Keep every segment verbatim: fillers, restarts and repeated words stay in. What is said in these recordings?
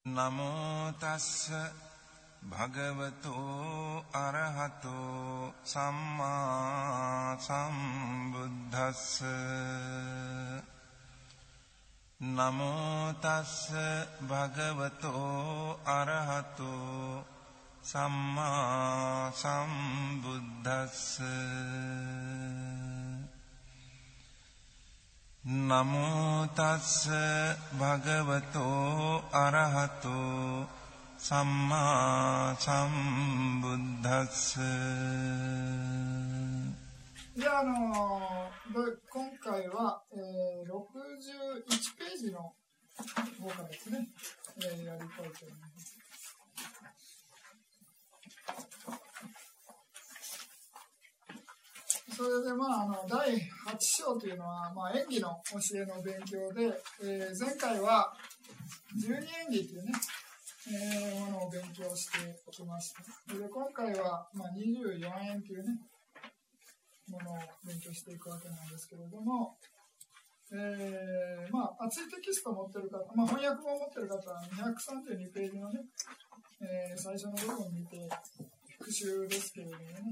ナモタッスバガバトアラハトサンマサンブッダッス。ナモタッスバガバトアラハトサンマサンブッダッス。ナモタッスバガバトアラハトサンマサンブッダッス。 じゃあ、あのー、今回は、えー、ろくじゅういちページの方からですね、えー、やりたいと思います。それで、まあ、あのだいはち章というのは、まあ、演技の教えの勉強で、えー、前回は十二演技というね、えー、ものを勉強してきました。で今回は、まあ、にじゅうよんえんというねものを勉強していくわけなんですけれども、えー、まあ厚いテキストを持っている方、まあ、翻訳本を持っている方はにひゃくさんじゅうにページのね、えー、最初の部分を見て復習ですけれどもね、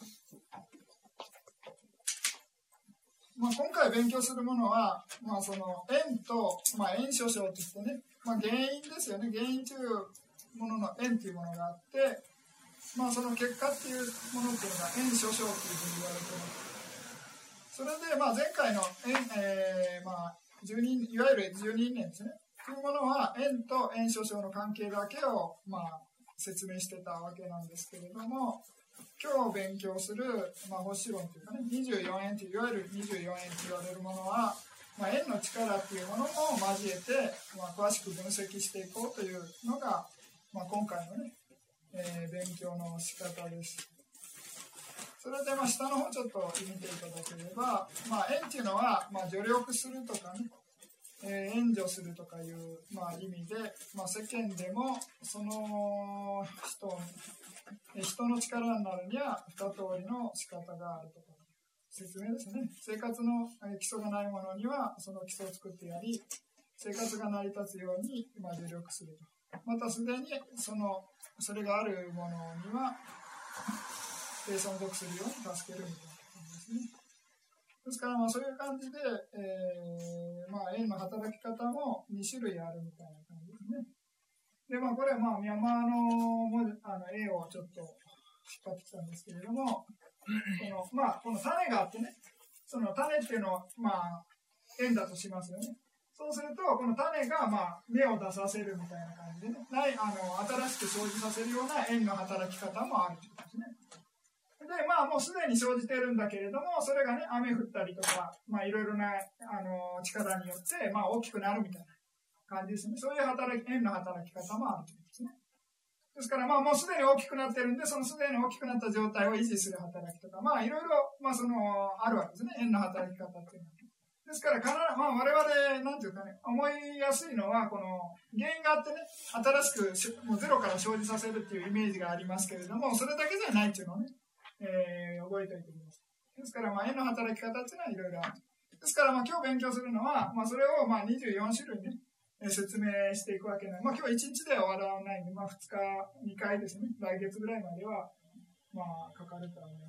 まあ、今回勉強するものは、まあ、その縁と、まあ、縁諸相としてね、まあ、原因ですよね。原因というものの縁というものがあって、まあ、その結果っていうものっていうのが縁諸相というふうに言われています。それで、まあ、前回の縁、えーまあ、じゅうにいわゆるじゅうにねんですねというものは縁と縁諸相の関係だけを、まあ、説明してたわけなんですけれども、今日勉強する、まあ、星論というかね、にじゅうよんえんといういわゆるにじゅうよんえんと言われるものは、まあ、円の力っていうものも交えて、まあ、詳しく分析していこうというのが、まあ、今回のね、えー、勉強の仕方です。それで、まあ、下の方ちょっと見ていただければ、まあ、円っていうのは、まあ、助力するとかね、えー、援助するとかいう、まあ、意味で、まあ、世間でもその人人の力になるには二通りの仕方があるとか説明ですね。生活の基礎がないものにはその基礎を作ってやり、生活が成り立つようにまあ助力すると。またすでにそのそれがあるものには存続するように助けるみたいな感じですね。ですからまあそういう感じで、えー、まあ円の働き方もに種類あるみたいな感じですね。でまあ、これはまあミャンマーの文字あの絵をちょっと引っ張ってきたんですけれども、このまあこの種があってね、その種っていうのをまあ円だとしますよね。そうするとこの種がまあ芽を出させるみたいな感じでね、ないあの新しく生じさせるような円の働き方もあるということですね。でまあもうすでに生じてるんだけれども、それがね雨降ったりとか、まあいろいろなあの力によってまあ大きくなるみたいな感じですね。そういう働き、円の働き方もあるということですね。ですから、まあ、もうすでに大きくなってるんで、そのすでに大きくなった状態を維持する働きとか、まあ、いろいろ、まあ、その、あるわけですね。円の働き方っていうのは。ですから、必ず、まあ、我々、なんていうかね、思いやすいのは、この、原因があってね、新しく、もうゼロから生じさせるっていうイメージがありますけれども、それだけじゃないっていうのをね、えー、覚えておいてください。ですから、まあ、円の働き方っていうのはいろいろある。ですから、まあ、今日勉強するのは、まあ、それを、まあ、にじゅうよん種類ね、説明していくわけなんで、まあ、今日いちにちでは終わらないんで、まあ、ふつか、にかいですね、来月ぐらいまでは、まあ、かかると思います。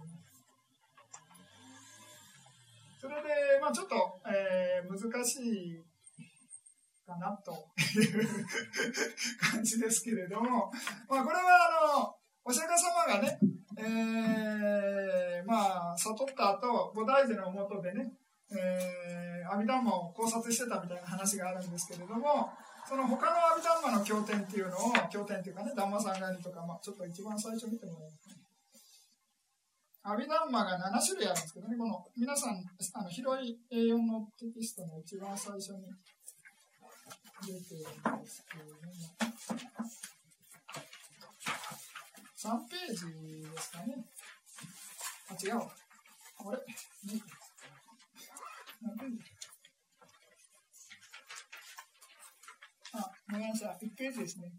それで、まあ、ちょっと、えー、難しいかなという感じですけれども、まあ、これは、あの、お釈迦様がね、えー、まあ、悟った後、菩提樹の下でね、えー、阿弥陀摩を考察してたみたいな話があるんですけれども、その他の阿弥陀摩の経典っていうのを、経典っていうかね、ダンマサンガニとか、まあ、ちょっと一番最初見てもらいますね。阿弥陀摩がなな種類あるんですけどね、この皆さん、あの広い エーよん のテキストの一番最初に出てるんですけれども、さんページですかね。あ、違う。あれ何ページあ、ごめんなさい。いちページですね。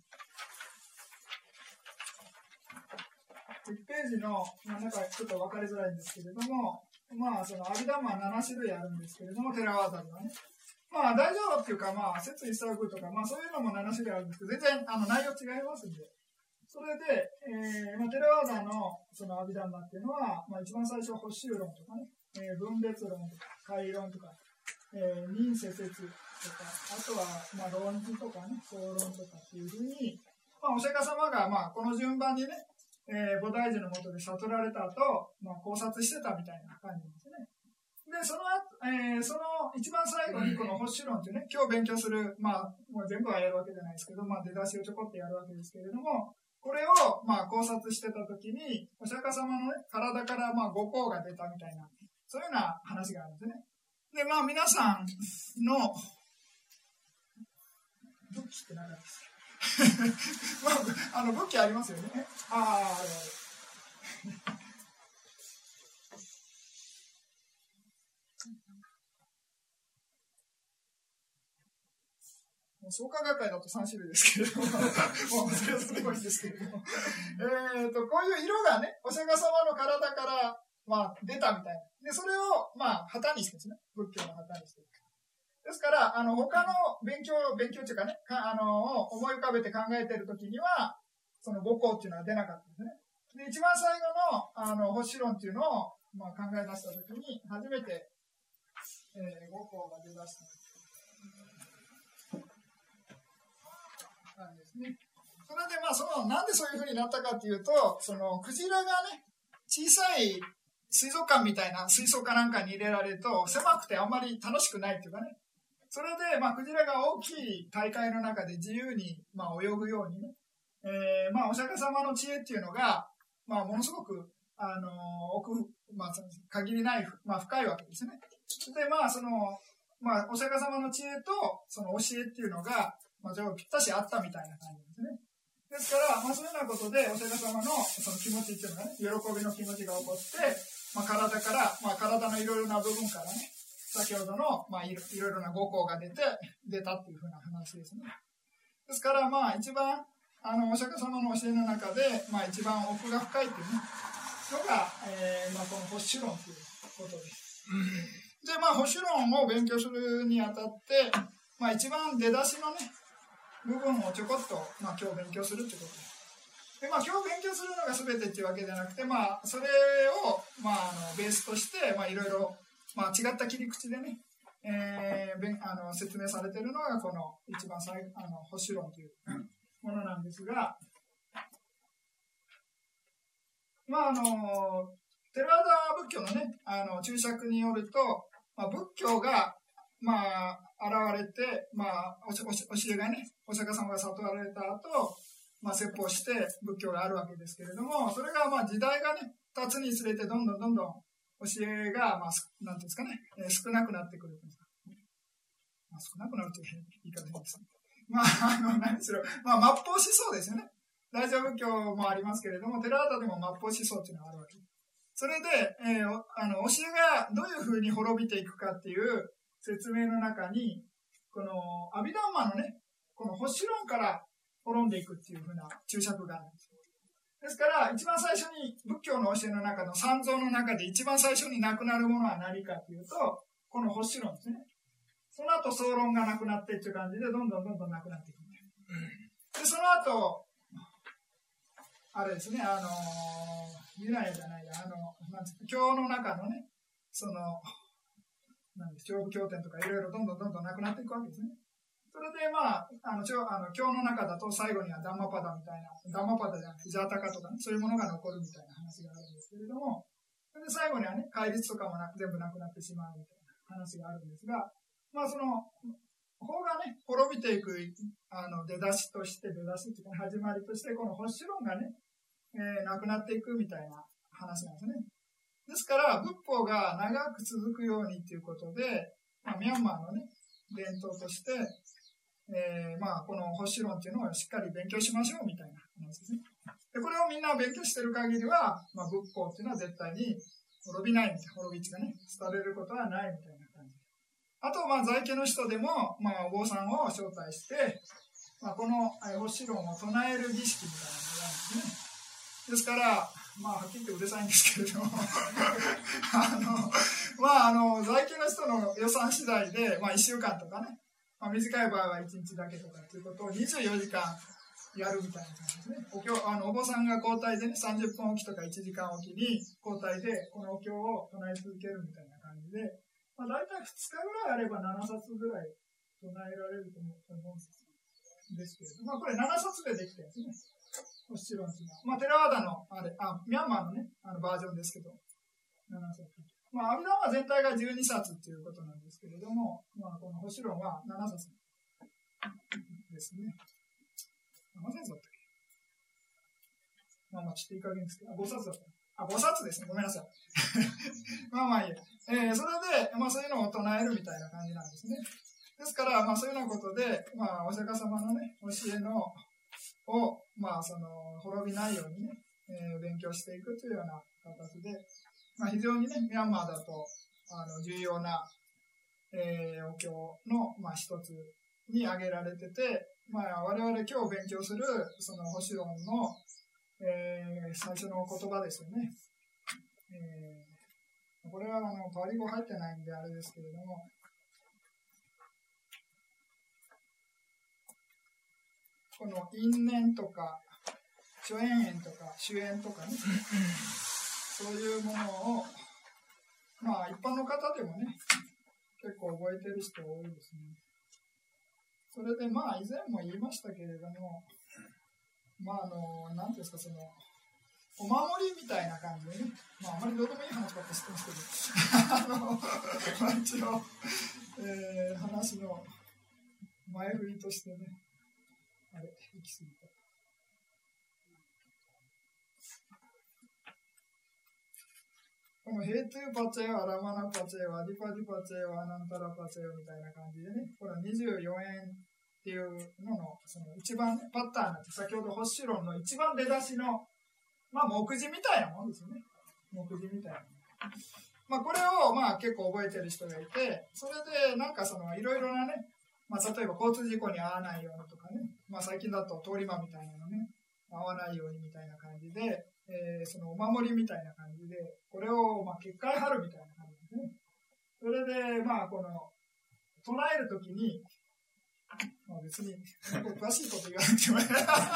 いちページの真ん中ちょっと分かりづらいんですけれども、まあ、その阿弥陀摩はなな種類あるんですけれども、テラワーザルはね。ままあ大乗っていうか、まあ説一切空とか、まあそういうのもなな種類あるんですけど、全然あの内容違いますんで。それで、えーまあ、テレワーザーのそのアビダンマっていうのは、まあ、一番最初、補修論とかね、えー、分別論とか、解論とか、えー、民世説とか、あとは、まあ、論理とかね、総論とかっていうふうに、まあ、お釈迦様が、まあ、この順番にね、えー、菩提樹の下で悟られた後、まあ、考察してたみたいな感じですね。で、その後、えー、その一番最後にこの補修論っていうね、今日勉強する、まあ、もう全部はやるわけじゃないですけど、まあ、出だしをちょこっとやるわけですけれども、これを、まあ、考察してたときに、お釈迦様のね、体から、まあ、五光が出たみたいな、そういうような話があるんですね。で、まあ、皆さんの、武器って何なんですかまあ、あの、武器ありますよね。ああ、あるある。創価学会だとさん種類ですけれども、もうそれはすごいんですけれども、えっと、こういう色がね、お釈迦様の体から、まあ、出たみたいな。で、それを、まあ、旗にしてですね、仏教の旗にしていく。ですから、あの、他の勉強、勉強っていうかね、かあの、思い浮かべて考えているときには、その五光っていうのは出なかったんですね。で、一番最後の、あの、補修論っていうのを、まあ、考え出したときに、初めて、えー、五光が出だした。なんですね。それでまあそのなんでそういう風になったかっていうと、そのクジラがね、小さい水族館みたいな水槽かなんかに入れられると狭くてあんまり楽しくないっていうかね。それでまあクジラが大きい大会の中で自由にまあ泳ぐようにね、えー、まあお釈迦様の知恵っていうのがまあものすごくあの奥まあ限りないまあ深いわけですね。でまあそのまあお釈迦様の知恵とその教えっていうのがまあ、ぴったしあったみたいな感じですね。ですから、まあ、そういうようなことで、お釈迦様のその気持ちっていうのがね、喜びの気持ちが起こって、まあ、体から、まあ、体のいろいろな部分からね、先ほどの、まあ、いろいろな五光が出て、出たっていうふうな話ですね。ですから、まあ、一番、あの、お釈迦様の教えの中で、まあ、一番奥が深いっていうね、のが、えー、まあ、この保守論ということです。で、まあ、保守論を勉強するにあたって、まあ、一番出だしのね、部分をちょこっと、まあ、今日勉強するということです。で、まあ、今日勉強するのが全てっていうわけじゃなくて、まあ、それを、まあ、あのベースとして、まあ、いろいろ、まあ、違った切り口でね、えー、あの説明されているのが、この一番最後、あの保守論というものなんですが、まあ、あの、テラワダ仏教のね、あの注釈によると、まあ、仏教が、まあ、現れて、まあ、お教えがね、お釈迦様が悟られた後、まあ、説法して仏教があるわけですけれども、それがまあ時代がね、経つにつれてどんどんどんどん教えが、まあ、なんていうんですかね、えー、少なくなってくる。まあ、少なくなるという言い方ですね。まあ、あの、何しろ、まあ、末法思想ですよね。大乗仏教もありますけれども、テラワダでも末法思想っていうのがあるわけです。それで、えー、あの、教えがどういうふうに滅びていくかっていう説明の中に、このアビダンマのね、この保守論から滅んでいくっていうふうな注釈があるんです。ですから、一番最初に仏教の教えの中の三蔵の中で一番最初になくなるものは何かというと、この保守論ですね。その後、総論がなくなっていっていう感じで、どんどんどんどんなくなっていく。で、その後、あれですね、あの、未来じゃないや、あの、なんですか、経の中のね、その、なんです、長部経典とかいろいろどんどんどんどんなくなっていくわけですね。それで、まあ、あの、あの経の中だと最後にはダンマパダみたいな、ダンマパダじゃなくてジャータカとかね、そういうものが残るみたいな話があるんですけれども、それで最後にはね、戒律とかもなく全部なくなってしまうみたいな話があるんですが、まあ、その、法がね、滅びていく、あの、出だしとして、出だしというか、始まりとして、この保守論がね、えー、なくなっていくみたいな話なんですね。ですから、仏法が長く続くようにということで、まあ、ミャンマーのね、伝統として、えー、まあ、この保守論っていうのをしっかり勉強しましょうみたいな話ですね。で、これをみんな勉強してる限りは、まあ、仏法っていうのは絶対に滅びないみたいな、滅び地がね、廃れることはないみたいな感じ。あと、まあ、在家の人でも、まあ、お坊さんを招待して、まあ、この保守論を唱える儀式みたいなのがあるんですね。ですから、 まあはっきり言ってうるさいんですけれどもあのまああの在勤の人の予算次第で、まあ、いっしゅうかんとかね、まあ、短い場合はいちにちだけとかっていうことをにじゅうよじかんやるみたいな感じですね。お経あのお坊さんが交代でねさんじゅっぷんおきとかいちじかんおきに交代でこのお経を唱え続けるみたいな感じで、まあ、大体ふつかぐらいあればななさつぐらい唱えられると思うんですけれど、まあこれななさつでできたやつね。星論っていうのは、まあテラワダのあれあミャンマーのねあのバージョンですけどななさつ。まあ阿弥陀は全体がじゅうにさつっていうことなんですけれども、まあこの星論はななさつですね。何冊だったっけ？まあまあちょっといい加減ですけど、あごさつだった。あごさつですね。ごめんなさい。まあまあいいや。えー、それでまあそういうのを唱えるみたいな感じなんですね。ですから、まあ、そういうようなことで、まあ、お釈迦様のね、教えのを、まあ、その滅びないようにね、えー、勉強していくというような形で、まあ、非常にね、ミャンマーだとあの重要な、えー、お経の、まあ、一つに挙げられてて、まあ、我々今日勉強するその星論の、えー、最初の言葉ですよね。えー、これはあのパリ語入ってないんであれですけれども、この因縁とか諸縁縁とか主縁とかねそういうものをまあ一般の方でもね結構覚えてる人多いですね。それでまあ以前も言いましたけれども、まああの何ていうんですか、そのお守りみたいな感じでね、まああまりどうでもいい話ばっかりしてますけどあの、まあ、一応、えー、話の前振りとしてね、あれ、行き過ぎた。このヘイトゥーパチェワ、ラマナパチェワ、ディパディパチェワ、ナンタラパチェワみたいな感じでね、これはにじゅうよえんっていうのの、その一番、ね、パターンなんて、先ほど星論の一番出だしの、まあ、目次みたいなもんですよね。目次みたいな。まあ、これを、まあ、結構覚えてる人がいて、それで、なんかその、いろいろなね、まあ、例えば交通事故に遭わないようにとかね、まあ、最近だと通り魔みたいなのね、合わないようにみたいな感じで、えー、そのお守りみたいな感じで、これをまあ結界張るみたいな感じですね。それで、まあ、この、唱えるときに、まあ、別に、詳しいこと言わなくても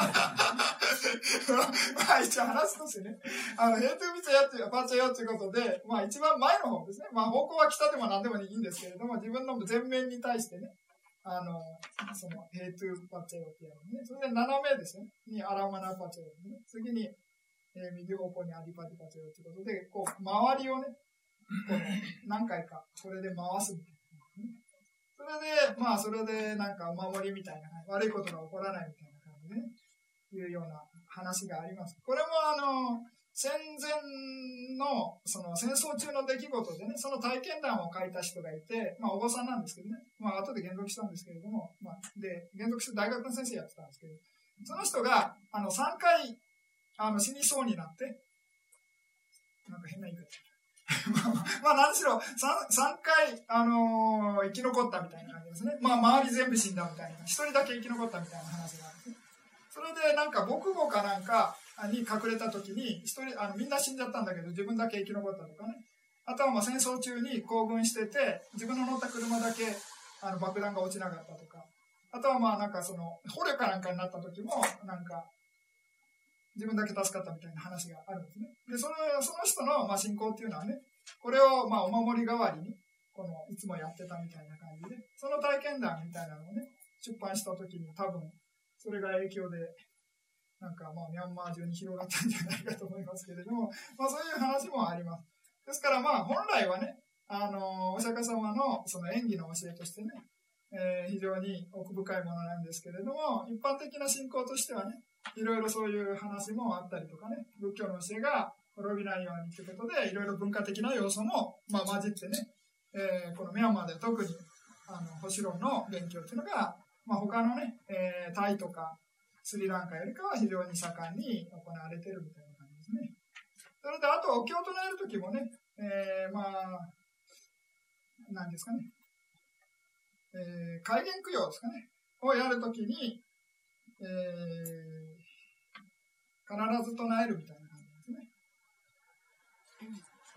まあ、一応話すとしてね、あの、ヘイトゥービツヤっていう、パーチャよっていうことで、まあ、一番前の方ですね。まあ、方向は北でも何でもいいんですけれども、自分の前面に対してね、あの、その、ヘイトゥーパチェオっていうのね。それで斜めですね。に、アラマナパチェオですね。次に、えー、右方向にアリパティパチェオということで、こう、周りをね、この、何回か、それで回すみたいな、ね。それで、まあ、それで、なんか、お守りみたいな、悪いことが起こらないみたいな感じでね、いうような話があります。これも、あの、戦前の、その戦争中の出来事でね、その体験談を書いた人がいて、まあ、お坊さんなんですけどね、まあ、後で言読したんですけれども、まあ、で、言読して大学の先生やってたんですけど、その人が、あの、さんかい、あの、死にそうになって、なんか変な言い方。まあ、何しろ3、さんかい、あのー、生き残ったみたいな感じですね。まあ、周り全部死んだみたいな。一人だけ生き残ったみたいな話があるんですね。それで、なんか、母語かなんかに隠れた時に、一人、あの、みんな死んじゃったんだけど、自分だけ生き残ったとかね。あとは、まあ、戦争中に行軍してて、自分の乗った車だけ、あの、爆弾が落ちなかったとか。あとは、まあ、なんか、その、捕虜かなんかになった時も、なんか、自分だけ助かったみたいな話があるんですね。で、その、その人の、まあ、信仰っていうのはね、これを、まあ、お守り代わりに、この、いつもやってたみたいな感じで、その体験談みたいなのをね、出版した時に多分、それが影響で、なんか、まあ、ミャンマー中に広がったんじゃないかと思いますけれども、まあ、そういう話もあります。ですから、まあ、本来はね、あの、お釈迦様の、その演技の教えとしてね、えー、非常に奥深いものなんですけれども、一般的な信仰としてはね、いろいろそういう話もあったりとかね、仏教の教えが滅びないようにということで、いろいろ文化的な要素も、まあ、混じってね、えー、このミャンマーでは特にあの星論の勉強というのが、まあ、他のね、えー、タイとかスリランカよりかは非常に盛んに行われているみたいな感じですね。それであとお経を唱えるときもね、えー、まあ何ですかね、えー、戒厳供養ですかねをやるときに、えー、必ず唱えるみたいな感じですね。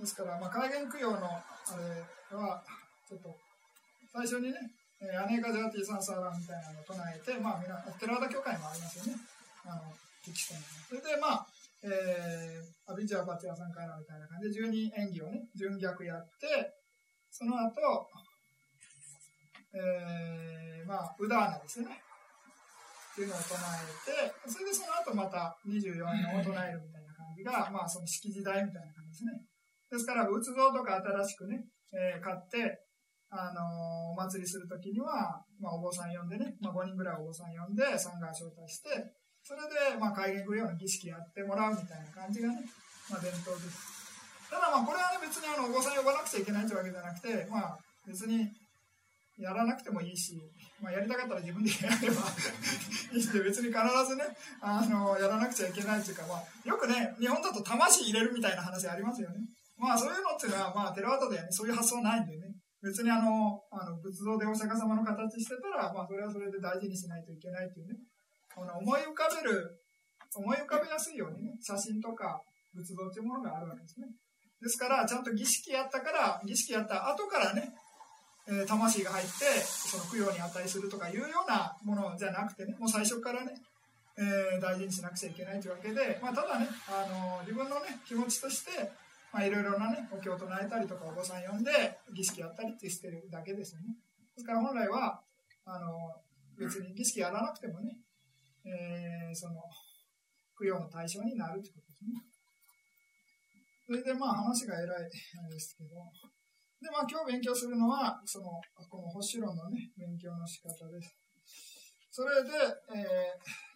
ですから、まあ、戒厳供養のあれはちょっと最初にね、えー、アネーカジャーティーサンサーラみたいなのを唱えて、まあ、みんなテラワダ教会もありますよね、あのテキストに。それでまあ、えー、アビジャーバチアサンカイラみたいな感じでじゅうに演技をね順逆やって、その後、えー、まあウダーナですよねっていうのを唱えて、それでその後またにじゅうよえんを唱えるみたいな感じが、まあその式時代みたいな感じですね。ですから仏像とか新しくね、えー、買ってあのー、お祭りするときには、まあ、お坊さん呼んでね、まあ、ごにんぐらいお坊さん呼んでサンガー招待して、それで、まあ、戒厳供養の儀式やってもらうみたいな感じがね、まあ、伝統です。ただまあこれはね別にあのお坊さん呼ばなくちゃいけないというわけじゃなくて、まあ別にやらなくてもいいし、まあ、やりたかったら自分でやればいいし、別に必ずねあのやらなくちゃいけないというか、まあ、よくね日本だと魂入れるみたいな話ありますよね。まあそういうのっていうのはまあテラワタではねそういう発想ないんでね、別にあのあの仏像でお釈迦様の形してたら、まあそれはそれで大事にしないといけないというね、あの思い浮かべる思い浮かべやすいようにね写真とか仏像というものがあるわけですね。ですからちゃんと儀式やったから儀式やった後からね、えー、魂が入ってその供養に値するとかいうようなものじゃなくてね、もう最初からね、えー、大事にしなくちゃいけないというわけで、まあ、ただね、あのー、自分のね気持ちとしてまあいろいろなねお経を唱えたりとかお坊さん呼んで儀式やったりってしてるだけですよね。ですから本来はあのー、別に儀式やらなくてもね、えー、その供養の対象になるということですね。それでまあ話が偉いですけど、でまあ今日勉強するのはそのこの保守論のね勉強の仕方です。それで、え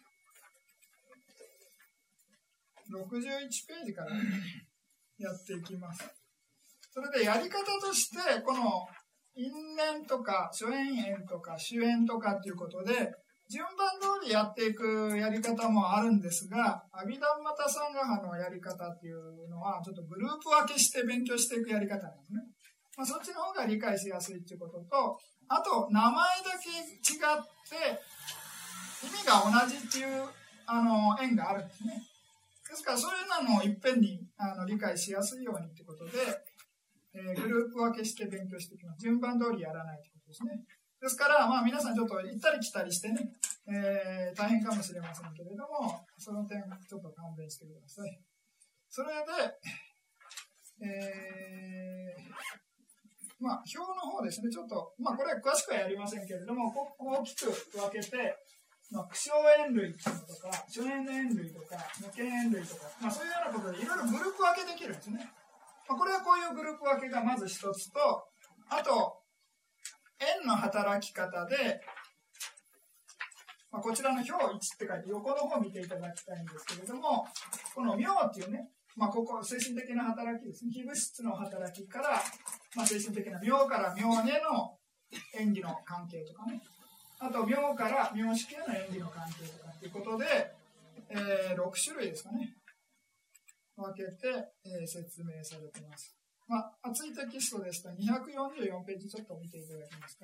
ー、ろくじゅういちページから、ね、やっていきます。それでやり方としてこの因縁とか諸縁縁とか主縁とかっていうことで順番通りやっていくやり方もあるんですが、アビダンマタサンガハのやり方っていうのはちょっとグループ分けして勉強していくやり方なんですね。まあ、そっちの方が理解しやすいっていうことと、あと名前だけ違って意味が同じっていうあの縁があるんですね。ですからそういうのをいっぺんにあの理解しやすいようにということで、えー、グループ分けして勉強していきます。順番通りやらないということですね。ですから、まあ、皆さんちょっと行ったり来たりしてね、えー、大変かもしれませんけれども、その点ちょっと勘弁してください。それで、えー、まあ、表の方ですね、ちょっと、まあ、これは詳しくはやりませんけれども、大きく分けて、まあ、苦笑縁類とか、諸縁縁類とか、無権縁類とか、まあ、そういうようなことでいろいろグループ分けできるんですね。まあ、これはこういうグループ分けがまず一つと、あと、円の働き方で、まあ、こちらの表いちって書いて横の方を見ていただきたいんですけれども、この妙っていうね、まあ、ここ精神的な働きですね、非物質の働きから、まあ、精神的な妙から妙への演技の関係とかね、あと妙から妙式への演技の関係とかっていうことで、えー、ろく種類ですかね分けて、えー、説明されています。まあ、厚いテキストですとにひゃくよんじゅうよんページちょっと見ていただけますか。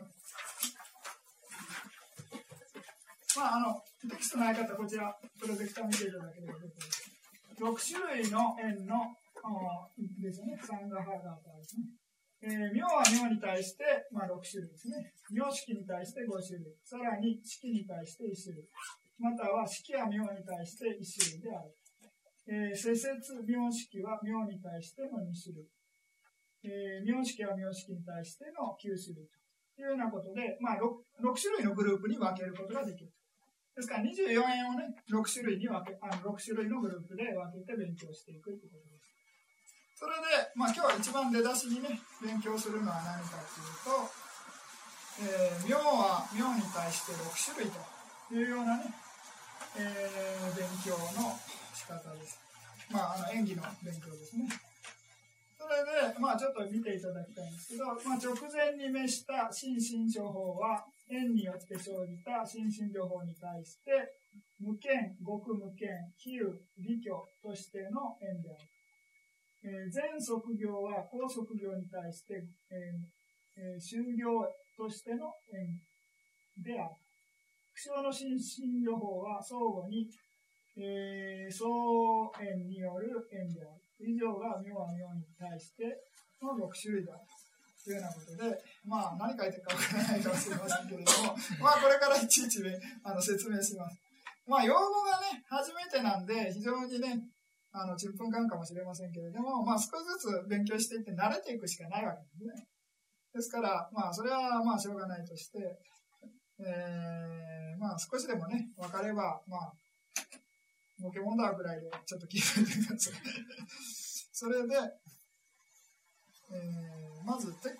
まあ、あのテキストのない方はこちらプロジェクター見ていただければ出てます。ろく種類の円のですね、サンガハガータですね。えー、妙は妙に対して、まあ、ろく種類ですね。妙式に対してご種類、さらに式に対していち種類、または式や妙に対していち種類である。えー、世節妙式は妙に対してのに種類。えー、妙式は妙式に対してのきゅう種類というようなことで、まあ 6, ろく種類のグループに分けることができる。ですからにじゅうよえんをね、ろく種類に分け、あのろく種類のグループで分けて勉強していくということです。それで、まあ今日一番出だしにね、勉強するのは何かというと、えー、妙は妙に対してろく種類というようなね、えー、勉強の仕方です。まあ、あの演技の勉強ですね。それで、まあ、ちょっと見ていただきたいんですけど、まあ、直前に召した心身処法は、縁によって生じた心身処法に対して、無権、極無権、比喩、利虚としての縁である。えー、全職業は後職業に対して、えーえー、修行としての縁である。苦笑の心身処法は相互に、 えー、相縁による縁である。以上が妙は妙に対してのろく種類であるというようなことで、まあ何書いてるかわからないかもしれませんけれども、まあこれからいちいち、ね、あの説明します。まあ用語がね、初めてなんで非常にね、あのちんぷんかんかもしれませんけれども、まあ少しずつ勉強していって慣れていくしかないわけですね。ですから、まあそれはまあしょうがないとして、えー、まあ少しでもね、分かれば、まあ、ボケモンダーぐらいでちょっと聞いてみてください。それで、えー、まずて、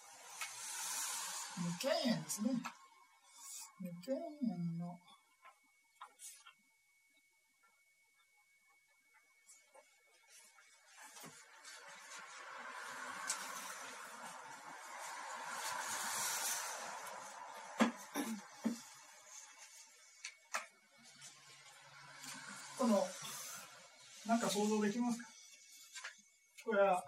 無権縁ですね。無権縁の、この、なんか想像できますか？これは、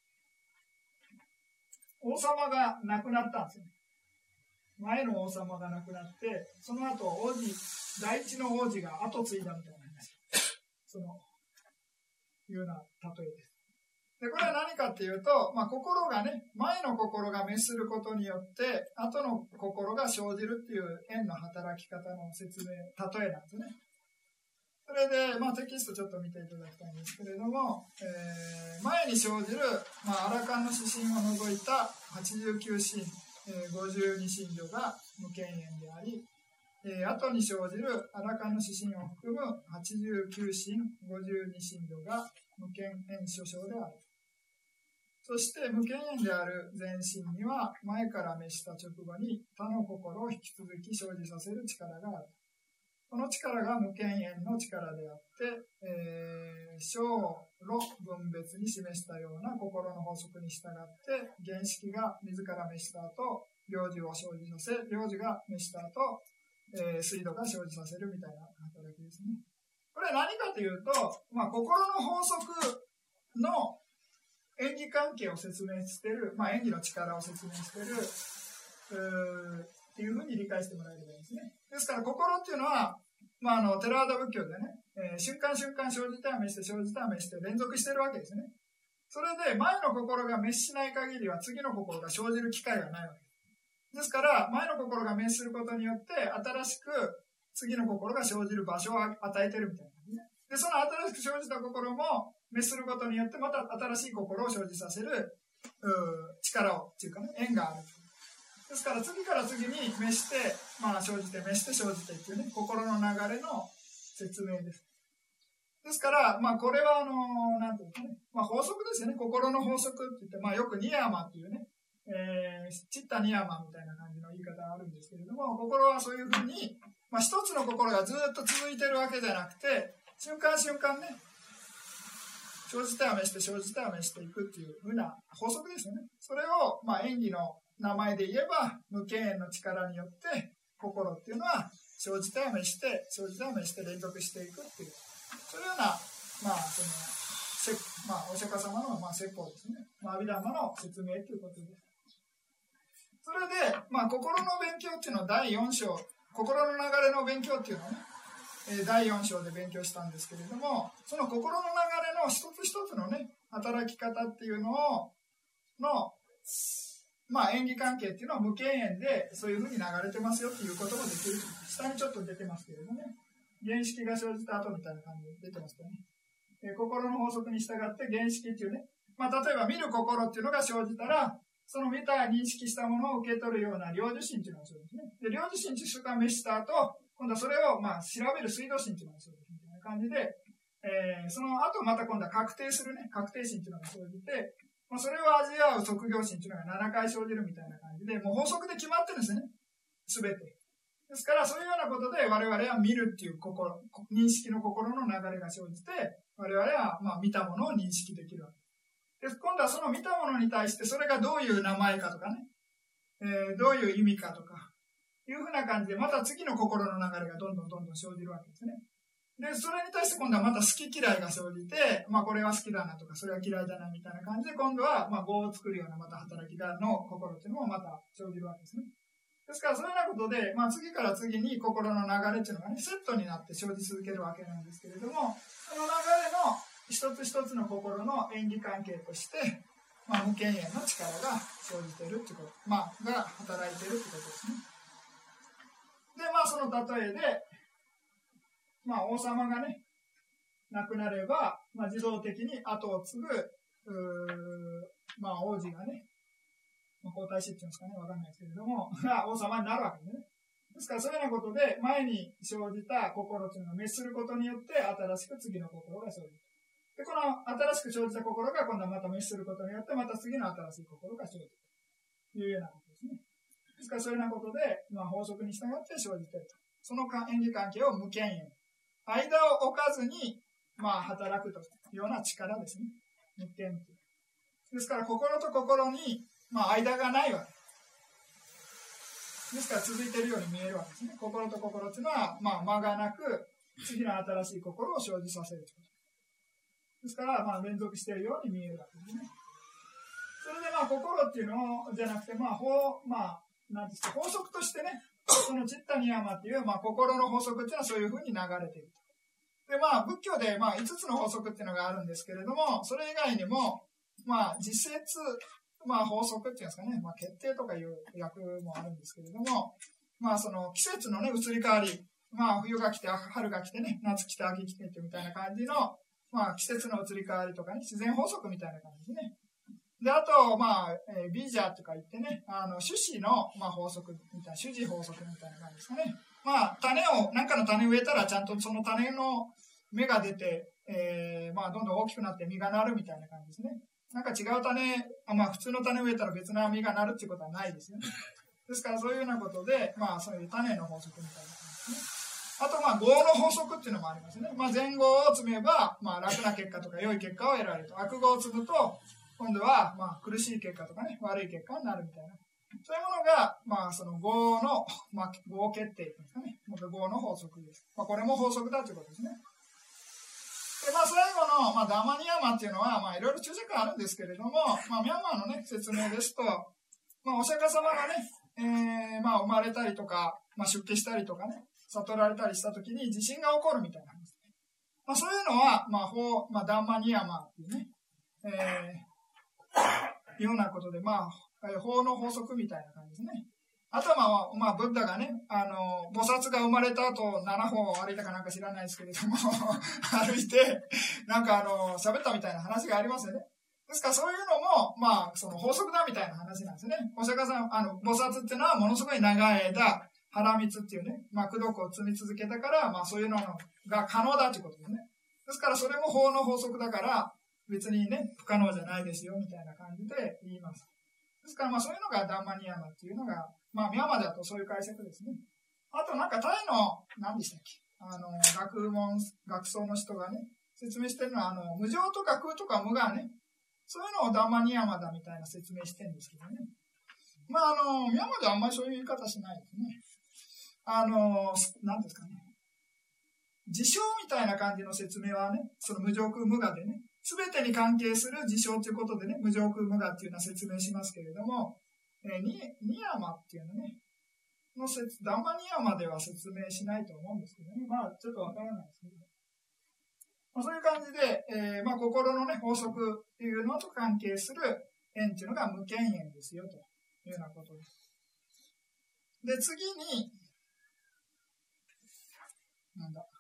王様が亡くなったんですよね。前の王様が亡くなって、その後王子、第一の王子が後継いだみたいな話。その、いうような例えです。で、これは何かっていうと、まあ、心がね、前の心が滅することによって、後の心が生じるっていう縁の働き方の説明、例えなんですね。それで、まあ、テキストちょっと見ていただきたいんですけれども、えー、前に生じる、まあ、アラカンの指針を除いたはちじゅうきゅう神、えー、ごじゅうに神女が無権縁であり、えー、後に生じるアラカンの指針を含むはちじゅうきゅう神、ごじゅうに神女が無権縁諸将である。そして無権縁である前身には前から滅した直後に他の心を引き続き生じさせる力がある。この力が無権縁の力であって、えー、小路分別に示したような心の法則に従って原式が自ら滅した後、領事を生じさせ、領事が滅した後、えー、水道が生じさせるみたいな働きですね。これは何かというと、まあ、心の法則の縁起関係を説明している、まあ、縁起の力を説明している、っていうふうに理解してもらえればいいですね。ですから心っていうのは、まあ、あのテラワーダ仏教でね、えー、瞬間瞬間生じたら滅して生じたら滅して連続してるわけですね。それで前の心が滅しない限りは次の心が生じる機会がないわけです。ですから前の心が滅することによって新しく次の心が生じる場所を与えてるみたいな、ね、でその新しく生じた心も滅することによってまた新しい心を生じさせる力をっていうかね、縁がある。ですから次から次に滅して、まあ、生じて滅して生じてっていうね、心の流れの説明です。ですから、まあ、これはあのなんていうかね、まあ、法則ですよね。心の法則って言って、まあ、よくニヤマっていうね、えー、チッタニヤマみたいな感じの言い方があるんですけれども、心はそういうふうに、まあ、一つの心がずっと続いてるわけじゃなくて、瞬間瞬間ね、生じては滅して生じては滅していくっていうふうな法則ですよね。それを、まあ、縁起の名前で言えば無権縁の力によって心っていうのは生じては滅して生じては滅して連続していくっていうそういうような、まあそのまあ、お釈迦様の、まあ、説法ですね、まあ、アビダーマの説明ということです。それで、まあ、心の勉強っていうのはだいよん章、心の流れの勉強っていうのをね、だいよん章で勉強したんですけれども、その心の流れの一つ一つのね働き方っていうのをのまあ、縁起関係っていうのは無権縁でそういうふうに流れてますよっていうこともできる。下にちょっと出てますけれどもね、原式が生じた後みたいな感じで出てますからね、えー、心の法則に従って原式っていうね、まあ、例えば見る心っていうのが生じたらその見た認識したものを受け取るような領受心っていうのがそうですね。で領受心っていうのが滅した後、今度はそれをまあ調べる水道心っていうのがそうですみたいな感じで、えー、その後また今度は確定するね確定心っていうのが生じて、まあ、それを味わう即行心というのがななかい生じるみたいな感じで、もう法則で決まってるんですね、すべて。ですから、そういうようなことで我々は見るっていう心、認識の心の流れが生じて、我々はまあ見たものを認識できるわけです。今度はその見たものに対して、それがどういう名前かとかね、えー、どういう意味かとか、いうふうな感じで、また次の心の流れがどんどんどんどん生じるわけですね。で、それに対して今度はまた好き嫌いが生じて、まあこれは好きだなとか、それは嫌いだなみたいな感じで、今度はまあ業を作るようなまた働きがの心っていうのもまた生じるわけですね。 ですからそういうようなことで、まあ、次から次に心の流れっていうのがね、セットになって生じ続けるわけなんですけれども、その流れの一つ一つの心の縁起関係として、まあ、無権縁の力が生じているってこと、まあ、が働いているってことですね。で、まあ、その例えで、まあ、王様がね、亡くなれば、まあ、自動的に後を継ぐ、まあ、王子がね、まあ、皇太子っていうんですかね、わかんないですけれども、が王様になるわけですね。ですから、そういうようなことで、前に生じた心というのを滅することによって、新しく次の心が生じる。で、この新しく生じた心が、今度はまた滅することによって、また次の新しい心が生じるというようなことですね。ですから、そういうようなことで、まあ、法則に従って生じていると。その縁起関係を無権縁。間を置かずに、まあ、働くというような力ですね。無権という。ですから、心と心に、まあ、間がないわけですから、続いているように見えるわけですね。心と心というのは、まあ、間がなく、次の新しい心を生じさせるということですから、まあ、連続しているように見えるわけですね。それで、まあ、心っていうのじゃなくて、まあ、法、まあ、なんですか、法則としてね、そのチッタニヤマっていう、まあ、心の法則っていうのはそういうふうに流れていると。で、まあ、仏教で、まあ、いつつの法則っていうのがあるんですけれども、それ以外にも、まあ、自説、まあ、法則っていうんですかね、まあ、決定とかいう訳もあるんですけれども、まあ、その季節のね、移り変わり、まあ、冬が来て、春が来てね、夏来て、秋来てってみたいな感じの、まあ、季節の移り変わりとかね、自然法則みたいな感じですね。で、あと、まあ、えー、ビージャーとか言ってね、あの、種子の、まあ、法則みたいな、種子法則みたいな感じですかね。まあ、種を、なんかの種を植えたら、ちゃんとその種の芽が出て、えー、まあ、どんどん大きくなって実がなるみたいな感じですね。なんか違う種、あまあ、普通の種を植えたら別な実がなるっていうことはないですよね。ですから、そういうようなことで、まあ、そういう種の法則みたいな感じですね。あと、まあ、業の法則っていうのもありますね。まあ、善業を積めば、まあ、楽な結果とか良い結果を得られると。悪業を積むと、今度は、まあ、苦しい結果とかね、悪い結果になるみたいな。そういうものが、まあ、その業の、まあ、業決定っていうんですかね。業の法則です。まあ、これも法則だということですね。で、まあ、最後の、まあ、ダーマニヤマっていうのは、まあ、いろいろ注釈あるんですけれども、まあ、ミャンマーのね、説明ですと、まあ、お釈迦様がね、えー、まあ、生まれたりとか、まあ、出家したりとかね、悟られたりしたときに地震が起こるみたいな話ですね。まあ、そういうのは、まあ、法、まあ、ダーマニヤマっていうね、えー、いうようなことで、まあ、法の法則みたいな感じですね。あとは、まあ、ブッダがね、あの、菩薩が生まれた後、ななほん歩いたかなんか知らないですけれども、歩いて、なんかあの、喋ったみたいな話がありますよね。ですから、そういうのも、まあ、その法則だみたいな話なんですね。お釈迦さん、あの、菩薩っていうのは、ものすごい長い間、腹蜜っていうね、まあ、功徳を積み続けたから、まあ、そういうのが可能だということですね。ですから、それも法の法則だから、別にね、不可能じゃないですよ、みたいな感じで言います。ですから、まあ、そういうのがダンマニヤマっていうのが、まあ、ミャンマーだとそういう解釈ですね。あと、なんか、タイの、何でしたっけ、あの、学問、学僧の人がね、説明してるのは、あの、無常とか空とか無がね、そういうのをダンマニヤマだみたいな説明してるんですけどね。まあ、あの、ミャンマーではあんまりそういう言い方しないですね。あの、何ですかね。事象みたいな感じの説明はね、その無常空無我でね、すべてに関係する事象ということでね、無常空無我っていうのは説明しますけれども、えー、ニ, ニヤマっていうのね、の説、ダンマニヤマでは説明しないと思うんですけどね、まあちょっとわからないですけど、まあ、そういう感じで、えー、まあ心のね、法則っていうのと関係する縁っていうのが無権縁ですよというようなことです。で、次に、なんだ、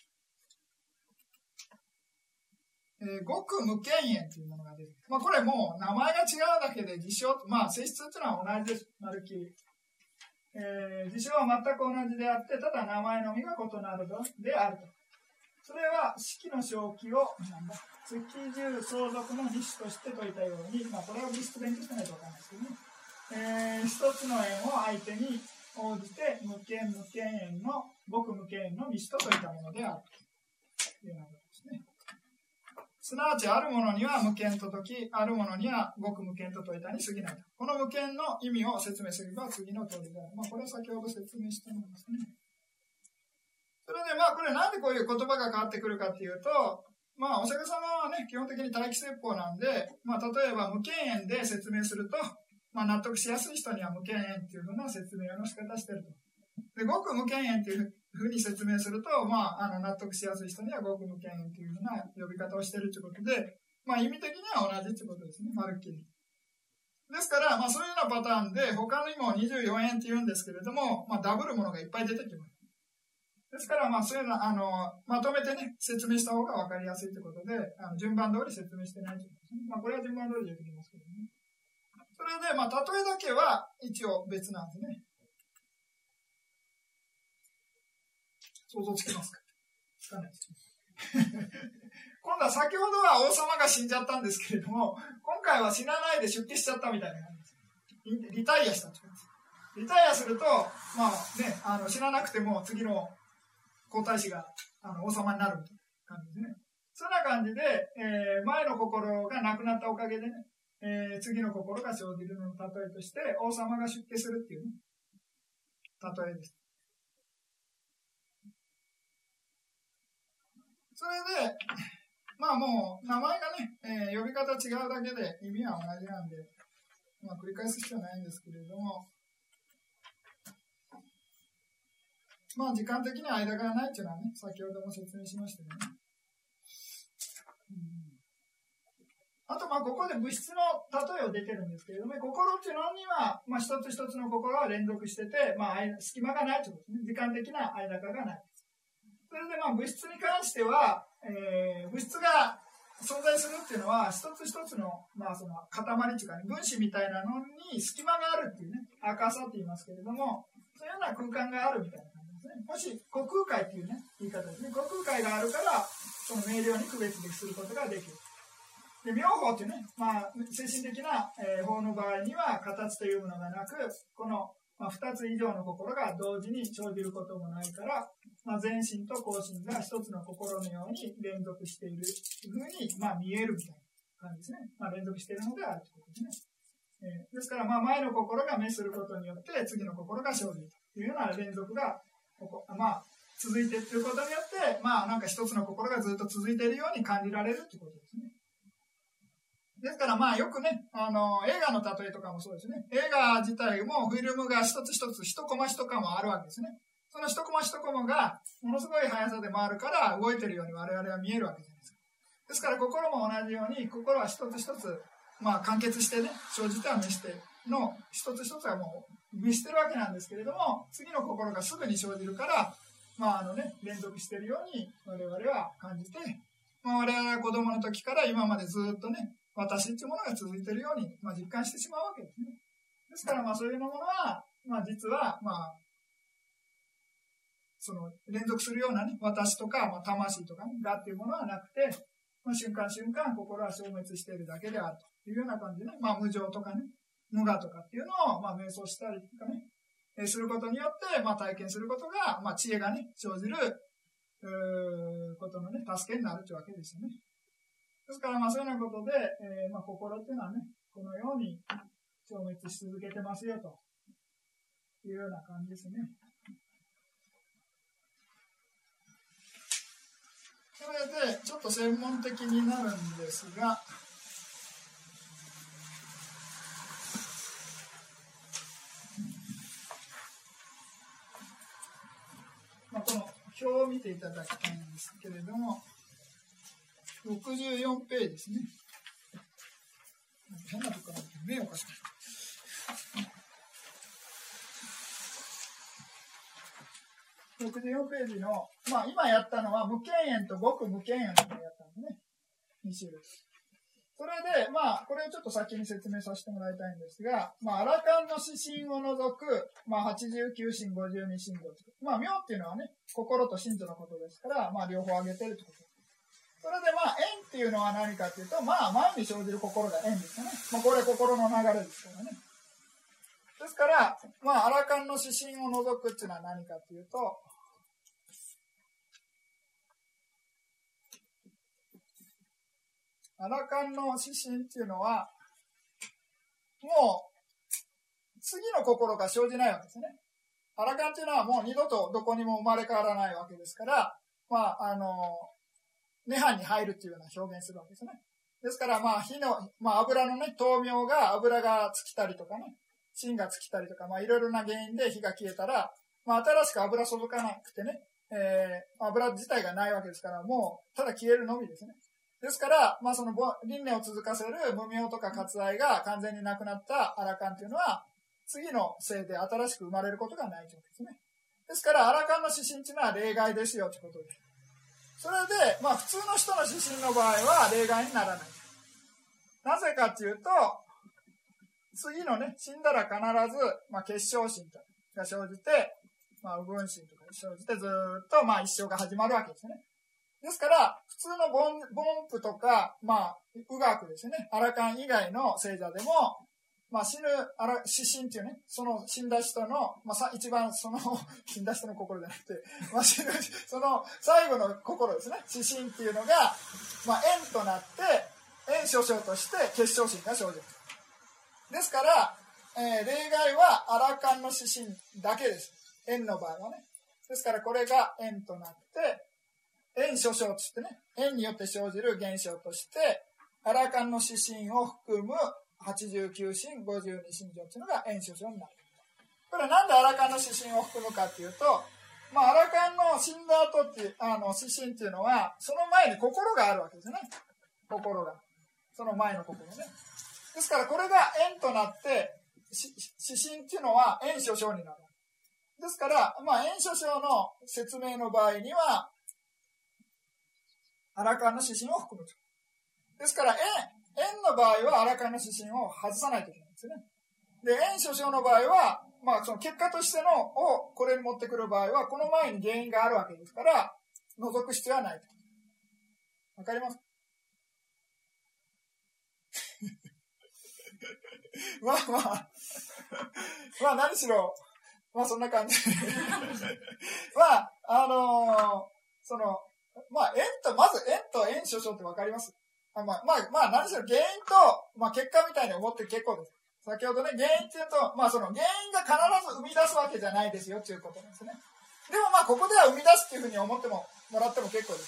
えー、極無権縁というものが出てくる。まあこれもう名前が違うだけで事象、まあ性質というのは同じです。まるっきり。えー、事象は全く同じであって、ただ名前のみが異なるのであると。それは式の正気を、なんだ、月十相続の日種として説いたように、まあこれを実質勉強しないとわからないですけどね。えー、一つの縁を相手に応じて無権無権縁の極無権縁の日種と説いたものであるというようなことですね。すなわちあるものには無権と説き、あるものには極無権と説いたに過ぎないと。この無権の意味を説明すれば次の通りである。まあこれは先ほど説明したものですね。それでまあこれなんでこういう言葉が変わってくるかっていうと、まあお釈迦様はね、基本的に待機説法なんで、まあ例えば無権縁で説明すると、 まあ、納得しやすい人には無権縁っていうふうな説明の仕方してると。で、ごく無権縁っていうふうに説明すると、まあ、あの納得しやすい人にはごく無権縁っていうふうな呼び方をしてるということで、まあ、意味的には同じということですね、まるっきり。ですから、まあ、そういうようなパターンで、他にもにじゅうよんえんって言うんですけれども、まあ、ダブるものがいっぱい出てきます。ですから、まあ、そういうのあのまとめてね、説明した方が分かりやすいということで、あの順番通り説明してないということですね。まあ、これは順番通りでできますけどね。それで、まあ、例えだけは一応別なんですね。想像つきますか？つかないです今度は先ほどは王様が死んじゃったんですけれども、今回は死なないで出家しちゃったみたいな感じです。リタイアしたということです。リタイアすると、まあね、あの死ななくても次の皇太子があの王様になるという感じですね。そんな感じで、えー、前の心がなくなったおかげでね、えー、次の心が生じるのの例えとして、王様が出家するっていう、ね、例えです。それで、まあもう名前がね、えー、呼び方違うだけで意味は同じなんで、まあ、繰り返す必要はないんですけれども、まあ時間的には間がないっていうのはね、先ほども説明しましたよね。うん、あとまあここで物質の例えを出てるんですけれども、心っていうのには、まあ、一つ一つの心は連続してて、まあ、隙間がないということですね。時間的な間がない。それでまあ物質に関しては、えー、物質が存在するっていうのは一つ一つの、まあ、その塊というか、ね、分子みたいなのに隙間があるっていうね、赤さって言いますけれども、そういうような空間があるみたいな感じですね。もし虚空界っていうね、言い方ですね。虚空界があるから、その明瞭に区別することができる。で、妙法っていうね、まあ、精神的な、えー、法の場合には、形というものがなく、この、まあ、ふたつ以上の心が同時に生じることもないから、まあ、全身と後身が一つの心のように連続しているふうに、まあ、見えるみたいな感じですね。まあ、連続しているのであるということですね。えー、ですから、まあ、前の心が滅することによって、次の心が生じるというような連続が、ここまあ、続いているということによって、まあ、なんか一つの心がずっと続いているように感じられるということですね。ですからまあよくね、あの映画の例えとかもそうですね。映画自体もフィルムが一つ一つ一コマ一コマあるわけですね。その一コマ一コマがものすごい速さで回るから動いてるように我々は見えるわけじゃないですか。ですから心も同じように、心は一つ一つまあ完結してね、生じては滅しての一つ一つがもう滅してるわけなんですけれども、次の心がすぐに生じるから、まああのね、連続しているように我々は感じて、まあ、我々は子供の時から今までずっとね、私っていうものが続いているように、まあ、実感してしまうわけですね。ですから、まあ、そういうものは、まあ、実は、まあ、その連続するようなね、私とか、まあ、魂とかね、がっていうものはなくて、まあ、瞬間瞬間、心は消滅しているだけであるというような感じでね、まあ、無常とかね、無我とかっていうのを、まあ、瞑想したりとかね、えー、することによって、まあ、体験することが、まあ、知恵がね、生じる、うーことのね、助けになるというわけですよね。ですから、まあ、そういうようなことで、えーまあ、心っていうのはね、このように消滅し続けてますよというような感じですね。それで、ちょっと専門的になるんですが、まあ、この表を見ていただきたいんですけれども、ろくじゅうよんページですね。変なところから目をかけて。ろくじゅうよんページの、まあ、今やったのは無権縁と極無権縁のやったんですね。に種類。それで、まあ、これをちょっと先に説明させてもらいたいんですが、まあ、アラカンの指針を除く、まあ、はちじゅうきゅう神、ごじゅうに神道。まあ、妙っていうのはね、心と心とのことですから、まあ、両方挙げてるってことです。それでまあ縁っていうのは何かっていうと、まあ前に生じる心が縁ですよね。まあこれ心の流れですからね。ですから、まあアラカンの指針を除くっていうのは何かっていうと、アラカンの指針っていうのは、もう次の心が生じないわけですね。アラカンっていうのはもう二度とどこにも生まれ変わらないわけですから、まああの、涅槃に入るっていうような表現するわけですね。 ですから、まあ、火の、まあ、油のね、豆苗が、油が尽きたりとかね、芯が尽きたりとか、まあ、いろいろな原因で火が消えたら、まあ、新しく油注がなくてね、えー、油自体がないわけですから、もう、ただ消えるのみですね。ですから、まあ、その、輪廻を続かせる無明とか割愛が完全になくなったアラカンというのは、次の生で新しく生まれることがないというわけですね。ですから、アラカンの指針というのは例外ですよということです。それで、まあ、普通の人の指針の場合は例外にならない。なぜかというと、次のね、死んだら必ず、まあ、結晶心が生じて、まあ、右分心とか生じてずっと、まあ、一生が始まるわけですね。ですから、普通の凡夫とか、まあ、右学ですね、アラカン以外の聖者でも、まあ、死ぬ、あら、死神っていうね、その死んだ人の、まあ、さ、一番その、死んだ人の心じゃなくて、まあ、死ぬ、その最後の心ですね、死神っていうのが、まあ、縁となって、縁所掌として結晶心が生じる。ですから、えー、例外はアラカンの指針だけです。縁の場合はね。ですからこれが縁となって、縁所掌としてね、縁によって生じる現象として、アラカンの指針を含むはちじゅうきゅう心、ごじゅうに心情というのが縁所掌になる。これはなんでアラカンの指針を含むかというと、まあ、アラカンの死んだ後っていう、あの、指針っていうのは、その前に心があるわけですね。心が。その前の心ね。ですからこれが縁となって、指針っていうのは縁所掌になる。ですから、まあ、縁所掌の説明の場合には、アラカンの指針を含むと。ですから、縁、縁の場合はアラカンの指針を外さないといけないんですね。で、縁所掌の場合は、まあ、その結果としてのをこれに持ってくる場合は、この前に原因があるわけですから、除く必要はないと。わかります？まあまあ、まあ何しろ、まあそんな感じ。まあ、あのー、その、まあ縁と、まず縁と縁所掌ってわかります？あまあ、まあ、まあ何しろ原因と、まあ結果みたいに思って結構です。先ほどね、原因っていうと、まあその原因が必ず生み出すわけじゃないですよっていうことなんですね。でもまあここでは生み出すっていうふうに思っても、もらっても結構です。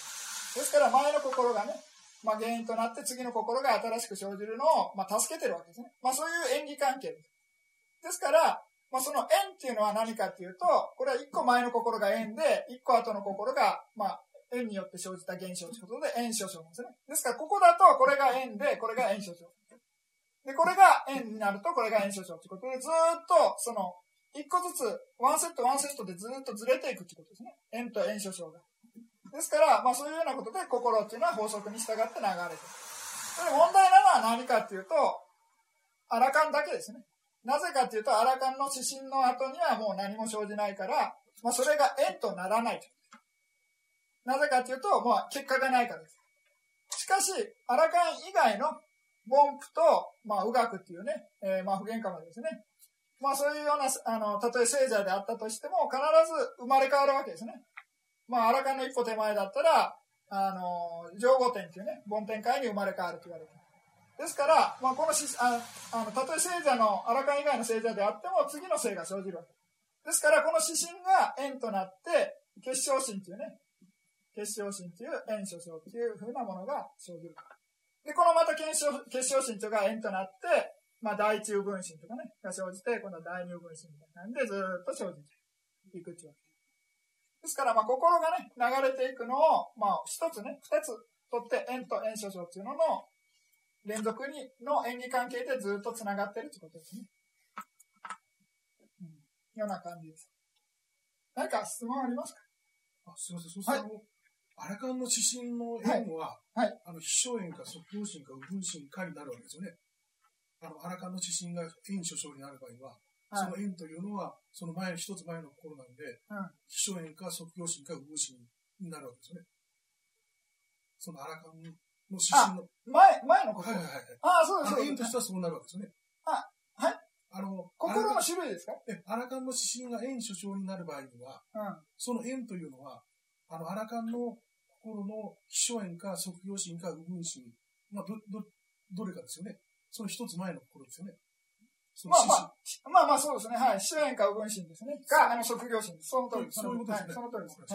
ですから前の心がね、まあ、原因となって次の心が新しく生じるのを、まあ、助けてるわけですね。まあ、そういう縁起関係です。ですから、まあ、その縁っていうのは何かっていうと、これは一個前の心が縁で、一個後の心が、まあ、縁によって生じた現象ということで、縁所掌なんですね。ですから、ここだと、これが縁で、これが縁所掌。で、これが縁になると、これが縁所掌ということで、ずーっと、その、一個ずつ、ワンセットワンセットでずーっとずれていくということですね。縁と縁所掌が。ですから、まあそういうようなことで心っていうのは法則に従って流れている。それで問題なのは何かっていうと、アラカンだけですね。なぜかっていうと、アラカンの指針の後にはもう何も生じないから、まあそれが縁とならないと。なぜかっていうと、まあ結果がないからです。しかし、アラカン以外の凡夫と、まあ右学っていうね、えー、まあ不喧嘩までですね。まあそういうような、あの、たとえ聖者であったとしても、必ず生まれ変わるわけですね。まあ、アラカンの一歩手前だったら、あの、上五天っていうね、梵天界に生まれ変わると言われている。ですから、まあ、このし、ああの、たとえ聖者の、アラカン以外の聖者であっても、次の聖が生じるわけです。ですから、この指針が縁となって、結晶心っていうね、結晶心っていう縁所掌っていうふうなものが生じる。で、このまた結晶、結晶心というのが縁となって、まあ、第一右分心とかね、が生じて、今度は第二右分心みたいな感じでずーっと生じていくっていうわけです。ですから、まあ、心がね、流れていくのを、まあ、一つね、二つ取って、縁と縁所掌っていうのの連続にの縁起関係でずっとつながっているということですね。うん、ような感じです。何か質問ありますか？ あ、すみません。そうすると、はい、アラカンの指針の縁は、はいはい、あの、非生縁か即行心か右分心かになるわけですよね。あの、アラカンの指針が縁所掌になる場合は、その縁というのは、その前、一つ前の心なんで、非生縁か即行心か右分心になるわけですよね。そのアラカンの指針の。 前、前の心。 はいはいはい。 ああ、そうです。 縁としてはそうなるわけですよね。 あ、はい。 あの、 心の種類ですか？ え、アラカンの指針が縁所掌になる場合には、うん、その縁というのは、あの、アラカンの心の非生縁か即行心か右分心、まあ、ど、ど、どれかですよね。その一つ前の心ですよね。 まあまあ、まあまあそうですね。はい。非生縁か右分心ですね。が、あの、即行心です。その通りです。 そういうことですね。 その通りです。はい。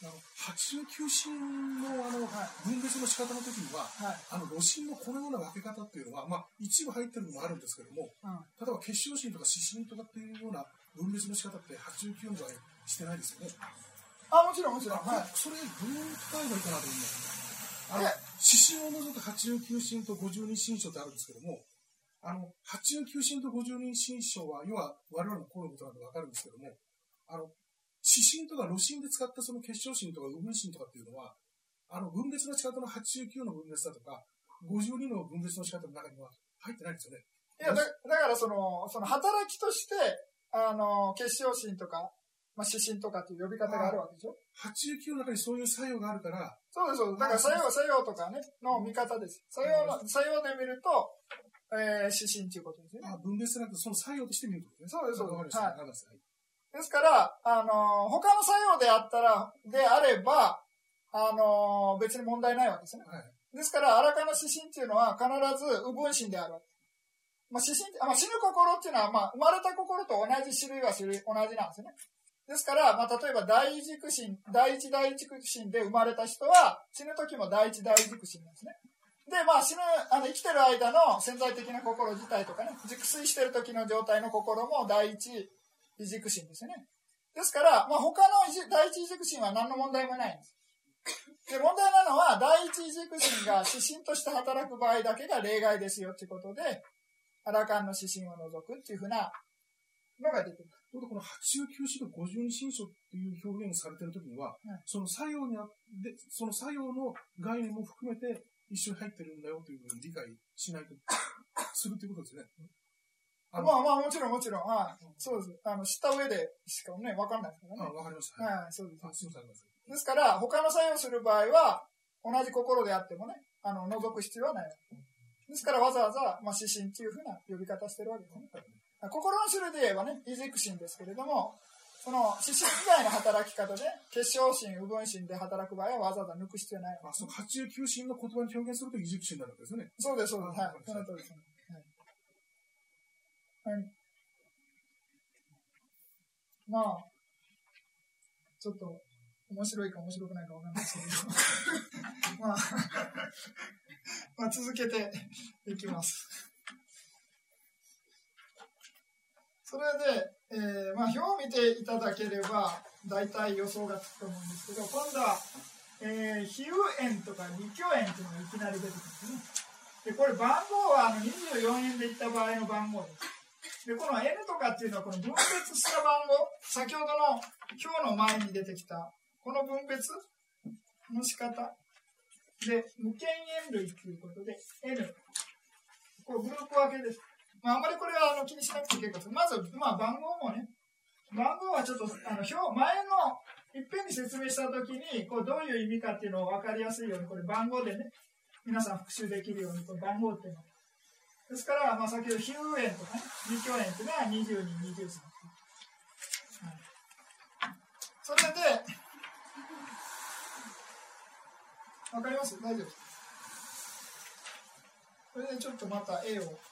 あのはちじゅうきゅう神のあの、はい、分別の仕方の時には、はい、あの炉神のこのような分け方っていうのは、まあ、一部入ってるのもあるんですけども、うん、例えば結晶神とか四神とかっていうような分別の仕方ってはちじゅうきゅうの場合してないですよね。 あ、もちろんもちろん。 はい、それどう使えばいいかなと思います。あの四神を除くはちじゅうきゅう神とごじゅうに神将ってあるんですけども、あのはちじゅうきゅう神とごじゅうに神将は要は我々の声のことなんで分かるんですけども、あの四神とか炉神で使ったその結晶神とか右分神とかっていうのは、あの分別の仕方のはちじゅうきゅうの分別だとか、ごじゅうにの分別の仕方の中には入ってないんですよね。 いや、だ, だからその、その働きとして、あの、結晶神とか、まあ、四神とかっていう呼び方があるわけでしょ。 はちじゅうきゅうの中にそういう作用があるから。 そうです、そうです。だから作用、作用とかね、の見方です。作用の、作用で見ると、えー、四神っていうことですね。 あ、分別じゃなくて、その作用として見ることですね。 そうです、そうです。 はい。 ですから、あのー、他の作用であったら、であれば、あのー、別に問題ないわけですね。はい、ですから、荒川の四神っていうのは必ず右分神であるわけ。まあ、四神、まあ、死ぬ心っていうのは、まあ、生まれた心と同じ種類は種類、同じなんですよね。ですから、まあ、例えば第一軸心、第一第一軸心で生まれた人は、死ぬ時も第一第一軸心なんですね。で、まあ、死ぬ、あの、生きてる間の潜在的な心自体とかね、熟睡してる時の状態の心も第一異軸心ですよね。ですから、まあ、他の第一異軸心は何の問題もないんです。で、問題なのは、第一異軸心が指針として働く場合だけが例外ですよということで、アラカンの指針を除くっていうふうなのが出てくる。 このはちじゅうきゅう神とごじゅうに神将っていう表現されているときには、はい、その作用にあで、その作用の概念も含めて一緒に入ってるんだよというふうに理解しないとするということですね。 まあまあもちろんもちろん、はい、そうです。あの、知った上でしかね、わかんないですからね。 あ、わかりました。 はい、そうです。 あ、すみません。 ですから、他の作用する場合は、同じ心であってもね、あの、除く必要はない。ですから、わざわざ、まあ、指針っていうふうな呼び方してるわけですね。心の種類で言えばね、異軸心ですけれども、その指針以外の働き方で、結晶心、右分心で働く場合はわざわざ抜く必要ないわけです、ね。 あ、そのはちじゅうきゅう神の言葉に表現すると異軸心になるわけですよね。 そうです、そうです。はい。その通りですね。はい。はい。まあ、ちょっと、面白いか面白くないかわかんないですけど、まあ、まあ、続けていきます。それで、えー、まあ、表を見ていただければ、大体予想がつくと思うんですけど、今度は、えー、比喩円とか二挙円というのがいきなり出てくるんですね。で、これ番号はあのにじゅうよんえんでいった場合の番号です。で、この N とかっていうのはこの分別した番号、先ほどの表の前に出てきた、この分別の仕方で、無限円類ということで、N。これグループ分けです。まあ、あまりこれはあの気にしなくて結構です。まず、まあ、番号もね、番号はちょっと、あの、表、前の、いっぺんに説明したときに、こう、どういう意味かっていうのを分かりやすいように、これ番号でね、皆さん復習できるように、これ番号っていうの。ですから、まあ、先ほど比喩円とかね、二挙円っていうのはにじゅうに、にじゅうさん。はい、それで、わかります？大丈夫です。それでちょっとまた絵を。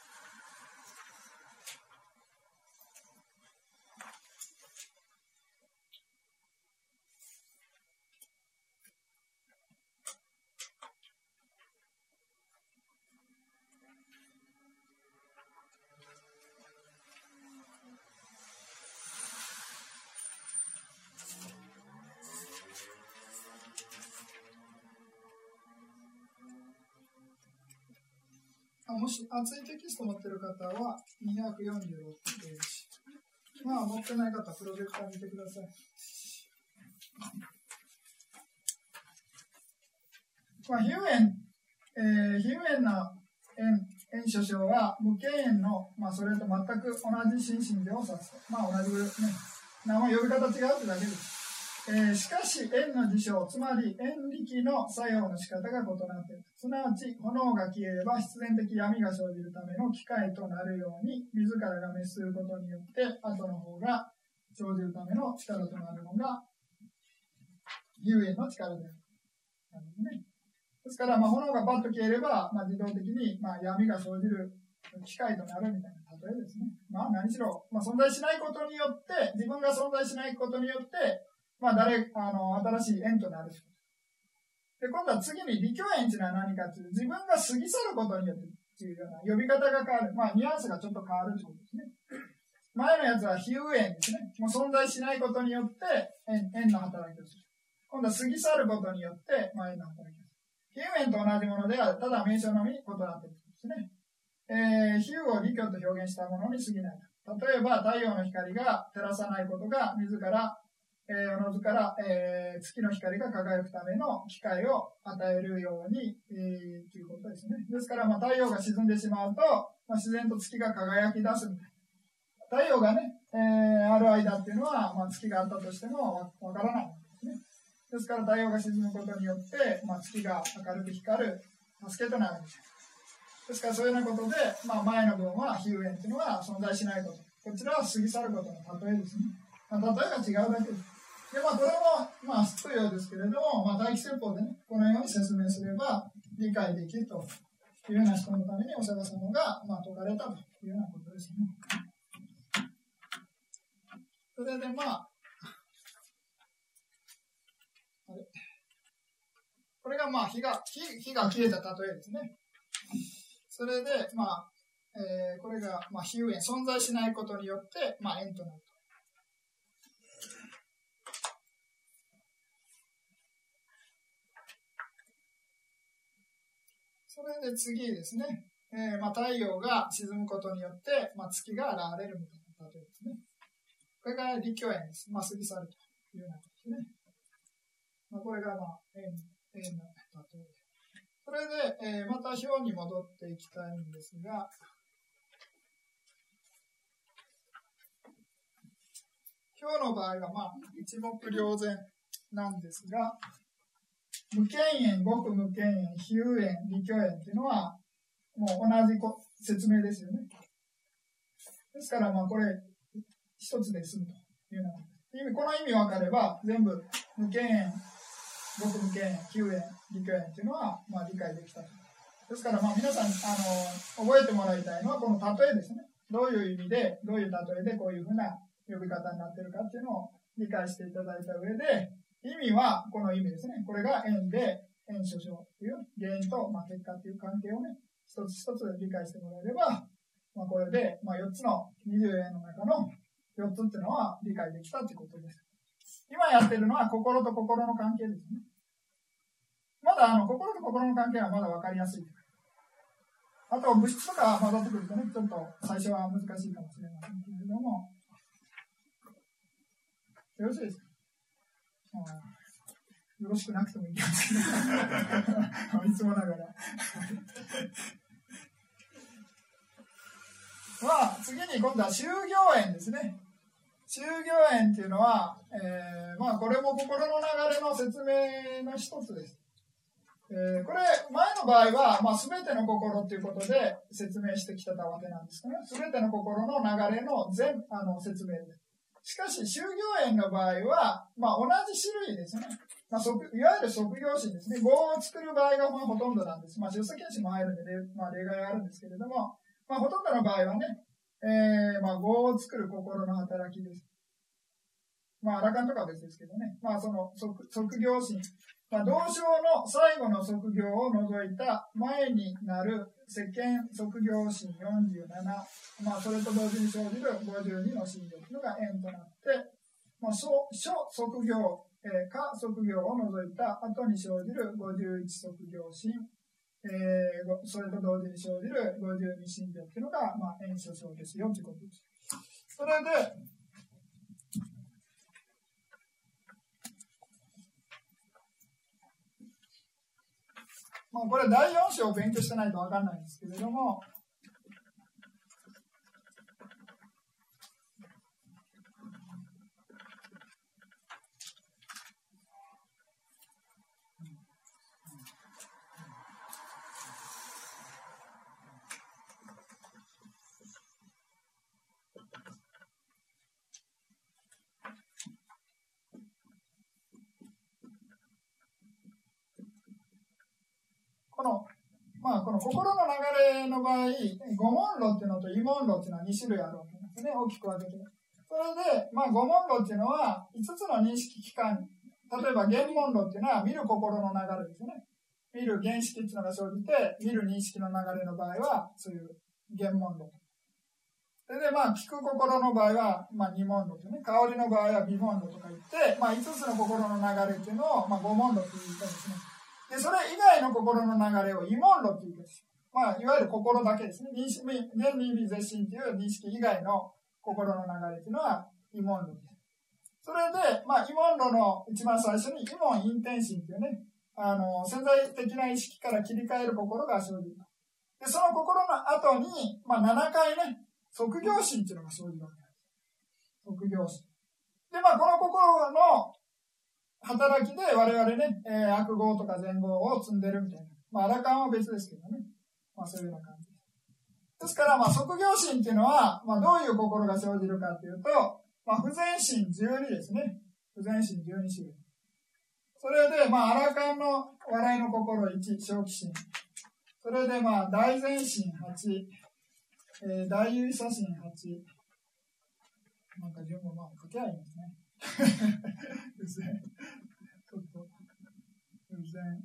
もし厚いテキスト持ってる方はにひゃくよんじゅうろくページ。まあ持ってない方はプロジェクター見てください。まあ、比喩円、えー、比喩円の円、円諸称は無形円の、まあ、それと全く同じ心身でを指す。まあ同じね、名前呼び方違うってだけです。えー、しかし円の事象、つまり円力の作用の仕方が異なっている。すなわち炎が消えれば必然的闇が生じるための機械となるように、自らが滅することによって後の方が生じるための力となるのが比喩円の力である。なんですね。ですから、まあ、炎がバッと消えれば、まあ、自動的に、まあ、闇が生じる機械となるみたいな例えですね。まあ何しろ、まあ、存在しないことによって、自分が存在しないことによって、 まあ、誰、あの、新しい縁となる。で、今度は次に、利教縁というのは何かというと、自分が過ぎ去ることによってというような呼び方が変わる。まあ、ニュアンスがちょっと変わるということですね。前のやつは比喩縁ですね。もう存在しないことによって縁、縁の働きをする。今度は過ぎ去ることによって、まあ、縁の働きをする。比喩縁と同じものである。ただ名称のみ異なっているんですね。えー、比喩を利教と表現したものに過ぎない。例えば、太陽の光が照らさないことが、自ら、えー、おのずから、えー、月の光が輝くための機会を与えるように、えー、ということですね。ですから、まあ、太陽が沈んでしまうと、まあ、自然と月が輝き出すみたいな。太陽がね、えー、ある間っていうのは、まあ、月があったとしてもわ、わからないんですね。ですから、太陽が沈むことによって、まあ、月が明るく光る助けとなるんですよ。ですから、そういうようなことで、まあ、前の文は比喩縁というのは存在しないこと。こちらは過ぎ去ることの例えですね。まあ、例えが違うだけです。で、まあ、これも、まあ、失用ですけれども、まあ、大気説法でね、このように説明すれば理解できるというような人のためにお釈迦様が、まあ、説かれたというようなことですね。それで、まあ、あれこれが、まあ、火が、火、火が消えた例えですね。それで、まあ、えー、これが、まあ、比喩縁、存在しないことによって、まあ、縁となると。それで次ですね、えーまあ、太陽が沈むことによって、まあ、月が現れるみたいな例えですね。これが利教縁です。まあ、過ぎ去るというようなことですね。まあ、これが、まあ、縁、縁の例えです。それで、えー、また表に戻っていきたいんですが、表の場合は、まあ、一目瞭然なんですが、無権縁、極無権縁、比喩縁、利教縁というのは、もう同じ説明ですよね。ですから、まあ、これ、一つで済むというような意味、この意味分かれば、全部、無権縁、極無権縁、比喩縁、利教縁というのは、まあ、理解できたと。ですから、まあ、皆さん、あの、覚えてもらいたいのは、この例えですね。どういう意味で、どういう例えで、こういうふうな呼び方になっているかっていうのを理解していただいた上で、意味はこの意味ですね。これが縁で、縁諸々という原因と、まあ、結果という関係をね、一つ一つ理解してもらえれば、まあ、これで、まあ、よっつのにじゅう縁の中のよっつっていうのは理解できたということです。今やってるのは心と心の関係ですね。まだあの心と心の関係はまだ分かりやすい。あと物質とか混ざってくるとね、ちょっと最初は難しいかもしれませんけれども、よろしいですか？よろしくなくてもいいかもしれない。いつもながら。まあ、次に今度は宗行縁ですね。宗行縁っていうのは、えー、まあこれも心の流れの説明の一つです。えー、これ前の場合は、まあ、全ての心ということで説明してきたわけなんですけどね。全ての心の流れの全あの説明です。しかし宗行縁の場合は、まあ、同じ種類ですね。まあ、いわゆる即行心ですね。業を作る場合がまあほとんどなんです。まあ、出世検視も入るんで、まあ、例外があるんですけれども、まあ、ほとんどの場合はね、えー、まあ、業を作る心の働きです。まあ、アラカンとかは別ですけどね。まあ、その即、即行心。まあ、同章の最後の即行を除いた前になる世間即行心よんじゅうなな、まあ、それと同時に生じるごじゅうにの心情というのが縁となって、まあ、諸即行、えー、か即行を除いた後に生じるごじゅういち即行心、えー、それと同時に生じるごじゅうに心情というのが、まあ、縁諸相ですよということです。それでまあ、これだいよん章を勉強してないと分かんないんですけれども、このまあ、この心の流れの場合、五問論っていうのと異問論っていうのはに種類あるわけですね。大きく分けて。そそれで、まあ、五問路っていうのは、いつつの認識機関、例えば原問路っていうのは、見る心の流れですね。見る原式っていうのが生じて、見る認識の流れの場合は、そういう原問路。それで、まあ、聞く心の場合は、まあ、二問路とね、香りの場合は微問路とか言って、まあ、いつつの心の流れっていうのを、まあ、五問路という言い方ですね。で、それ以外の心の流れを異問路という言い方です。まあ、いわゆる心だけですね。認識、原理微絶心という認識以外の心の流れというのは異問路です。それで、まあ、異問路の一番最初に異問因転心というね、あの、潜在的な意識から切り替える心が生じる。で、その心の後に、まあ、ななかいね、即業心というのが生じるわけです。即業心。で、まあ、この心の働きで我々ね、えー、悪業とか善業を積んでるみたいな。まあ、アラカンは別ですけどね。まあ、そういうような感じです。ですから、まあ、即業心っていうのは、まあ、どういう心が生じるかというと、まあ、不全心じゅうにですね。不全心じゅうに種類。それで、まあ、アラカンの笑いの心いち、正気心。それで、まあ、大善心はち、えー、大優位写真はち。なんか順番、まあ、書けばいいんですね。うぜん。ちょっと、うぜん。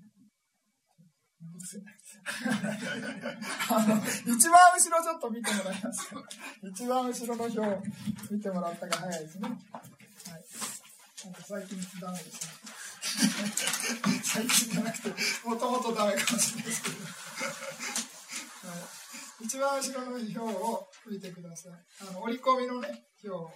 あの、一番後ろちょっと見てもらいますか。一番後ろの表を見てもらったが早いですね。はい。なんか最近ダメですね。最近じゃなくて、もともとダメかもしれないですけど。はい、一番後ろの表を見てください。あの折り込みのね、表を。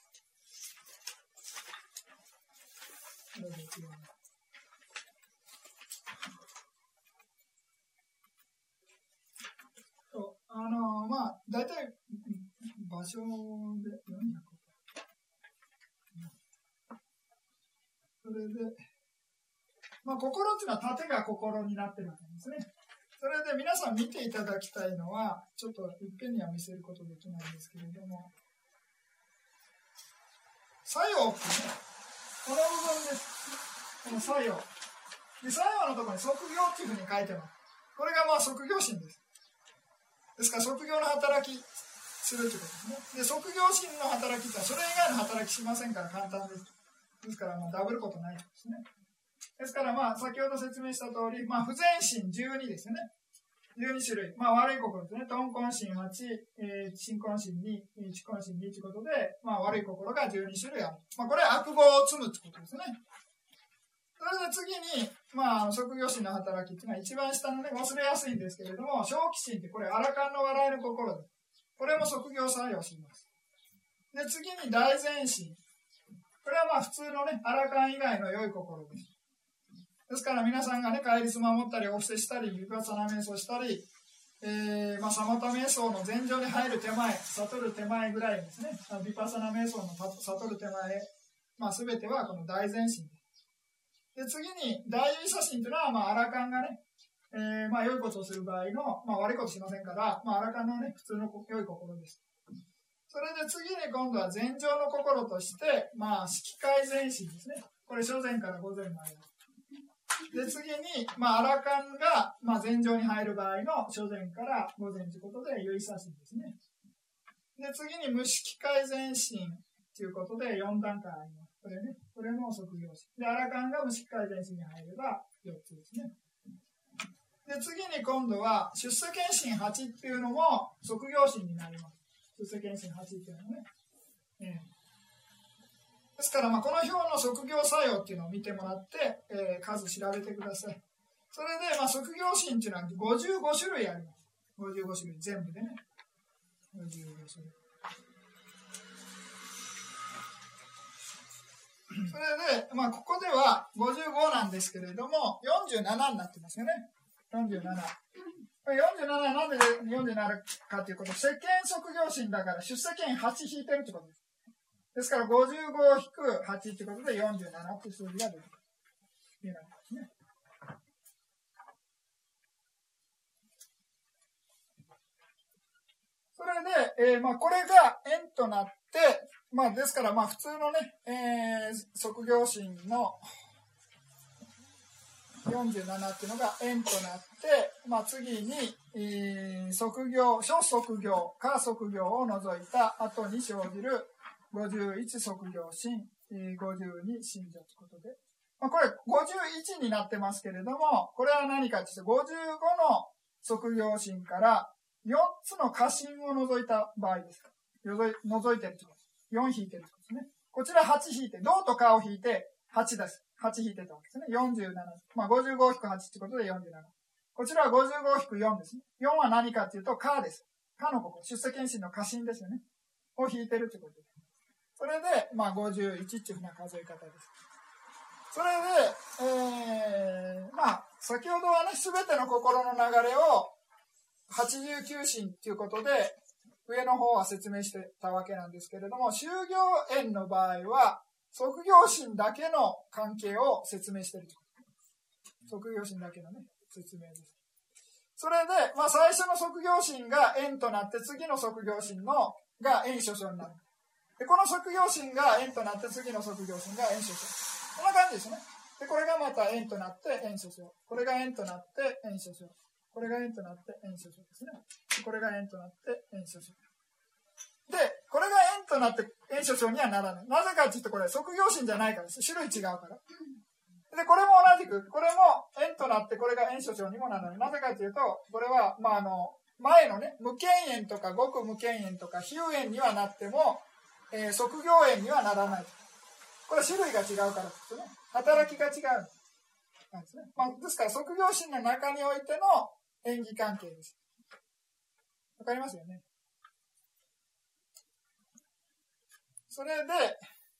あのまあ大体場所でよんひゃく。それで、まあ心っていうのは縦が心になってるわけですね。それで皆さん見ていただきたいのは、ちょっといっぺんには見せることできないんですけれども、作用ってね、この部分です。この作用。で、作用のところに即業っていうふうに書いてます。これがまあ即業心です。ですから即業の働きするということですね。で、即業心の働きってのはそれ以外の働きしませんから簡単です。ですからまあダブることないですね。ですからまあ先ほど説明した通り、まあ不全心じゅうにですよね。じゅうに種類。まあ悪い心ですね。鈍根心はち、えー、真根心に、知根心にということで、まあ悪い心がじゅうに種類ある。まあこれは悪業を積むということですね。それで次に、まあ、即業心の働きっていうのは一番下のね、忘れやすいんですけれども、正気心ってこれ、アラカンの笑いの心です。これも即業作用します。で、次に大善心。これはまあ普通のね、アラカン以外の良い心です。ですから皆さんがね、戒律守ったり、お布施したり、ヴィパッサナ瞑想したり、えー、まあ、サマタ瞑想の前上に入る手前、悟る手前ぐらいですね、ヴィパッサナ瞑想の悟る手前、まあ、全てはこの大善心です。で、次に、大優位写真というのは、まあ、アラカンがね、えー、まあ、良いことをする場合の、まあ、悪いことしませんから、まあ、アラカンのね、普通の良い心です。それで次に今度は禅定の心として、まあ、色界禅心ですね。これ、初禅から午前まで。で、次に、まあ、アラカンが、まあ、禅定に入る場合の初禅から午前ということで、優位写真ですね。で、次に無色界禅心ということで、よん段階あります。これね、これも即業心。で、アラカンが無色界禅心に入ればよっつですね。で、次に今度は、出世検心はちっていうのも即業心になります。出世検心はちっていうのはね。えー、ですから、まあ、この表の即業作用っていうのを見てもらって、えー、数調べてください。それで、まあ、即業心っていうのはごじゅうご種類あります。ごじゅうご種類、全部でね。ごじゅうご種類。それで、まあ、ここではごじゅうごなんですけれども、よんじゅうななになってますよね。よんじゅうなな。よんじゅうななはなんでよんじゅうななかということ、世間即業心だから出世権はち引いてるってことです。ですからごじゅうご引くはちってことでよんじゅうななっていう数字が出るというわけですね。それで、えー、まあこれが円となって、まあですからまあ普通のね、えー、即業心のよんじゅうななっていうのが円となって、まあ次に、えー、即業、小即業、下即業を除いた後に生じる、 ごじゅういち即業心、ごじゅうに信女ということで、まあ、これごじゅういちになってますけれども、これは何かというとごじゅうごの即業心からよっつの過信を除いた場合ですか。除いてるということです。よん引いてるということですね。こちらはち引いて、銅とかを引いてはちです。はち引いてたわけですね。よんじゅうなな。まあ、ごじゅうご引くはちということでよんじゅうなな。こちらはごじゅうご引くよんですね。よんは何かというと、かです。かのここ、出世検診の過信ですよね。を引いてるということです。それで、まあ、ごじゅういちっていうふうな数え方です。それで、えー、まあ、先ほどはね、すべての心の流れをはちじゅうきゅう心っていうことで、上の方は説明してたわけなんですけれども、修行縁の場合は、即業心だけの関係を説明しているということ。即業心だけのね、説明です。それで、まあ、最初の即業心が縁となって、次の即業心のが縁所掌になる。で、この即業心が縁となって、次の即業心が縁所掌。こんな感じですね。で、これがまた縁となって縁所掌。これが縁となって縁所掌。これが縁となって縁所掌ですね。これが縁となって縁所掌。で、これが縁となって縁所掌にはならない。なぜかって言ってこれ即業心じゃないからです。種類違うから。で、これも同じく、これも縁となってこれが縁所掌にもならない。なぜかというと、これは、まあ、あの、前のね、無権縁とか極無権縁とか比喩縁にはなっても、えー、即業縁にはならない。これは種類が違うからですね。働きが違う。なんですね。まあ、ですから、即業心の中においての縁起関係です。わかりますよね。それで、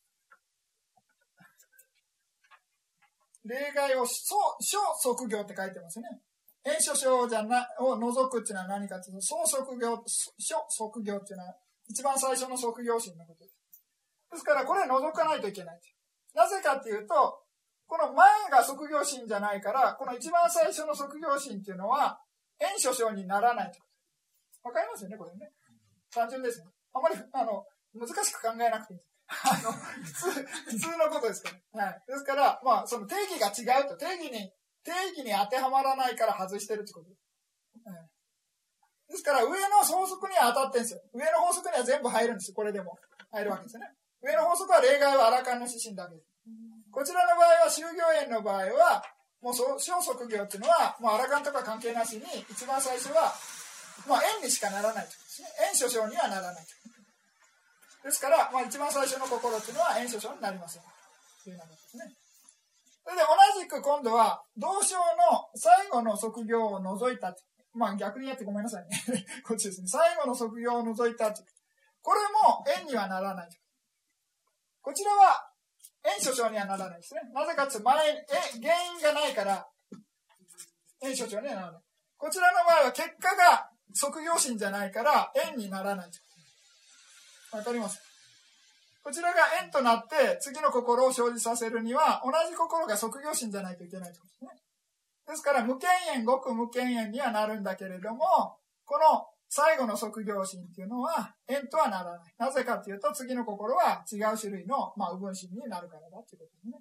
例外を、小即業って書いてますね。縁所掌じゃな、を除くっていうのは何かというと、小即業、小即業っていうのは、一番最初の即業心のことです。ですから、これ除かないといけない。なぜかっていうと、この前が即業心じゃないから、この一番最初の即業心っていうのは、縁所掌にならないと。わかりますよね、これね。単純ですね。あまり、あの、難しく考えなくていい。あの、普通、普通のことですから。はい。ですから、まあ、その定義が違うと。定義に、定義に当てはまらないから外してるってことです。はい。ですから、上の法則には当たってるんですよ。上の法則には全部入るんですよ。これでも。入るわけですよね。上の法則は例外はアラカンの指針だけです。こちらの場合は、修行縁の場合は、もう小即業っていうのは、もうアラカンとか関係なしに、一番最初は、まあ、縁にしかならないということですね。縁所掌にはならないと。ですから、まあ、一番最初の心っていうのは縁所掌になりません。というようなことですね。それで同じく今度は、同章の最後の即業を除いた。まあ逆にやってごめんなさいね。こっちですね。最後の即業を除いた。これも縁にはならない。こちらは縁所掌にはならないですね。なぜかというと前、え、原因がないから、縁所掌にはならない。こちらの場合は結果が即業心じゃないから縁にならない。わかります？こちらが縁となって次の心を生じさせるには同じ心が即業心じゃないといけないということですね。ですから無権縁、極無権縁にはなるんだけれども、この最後の即業心っていうのは縁とはならない。なぜかというと次の心は違う種類の、まあ、右分心になるからだということですね。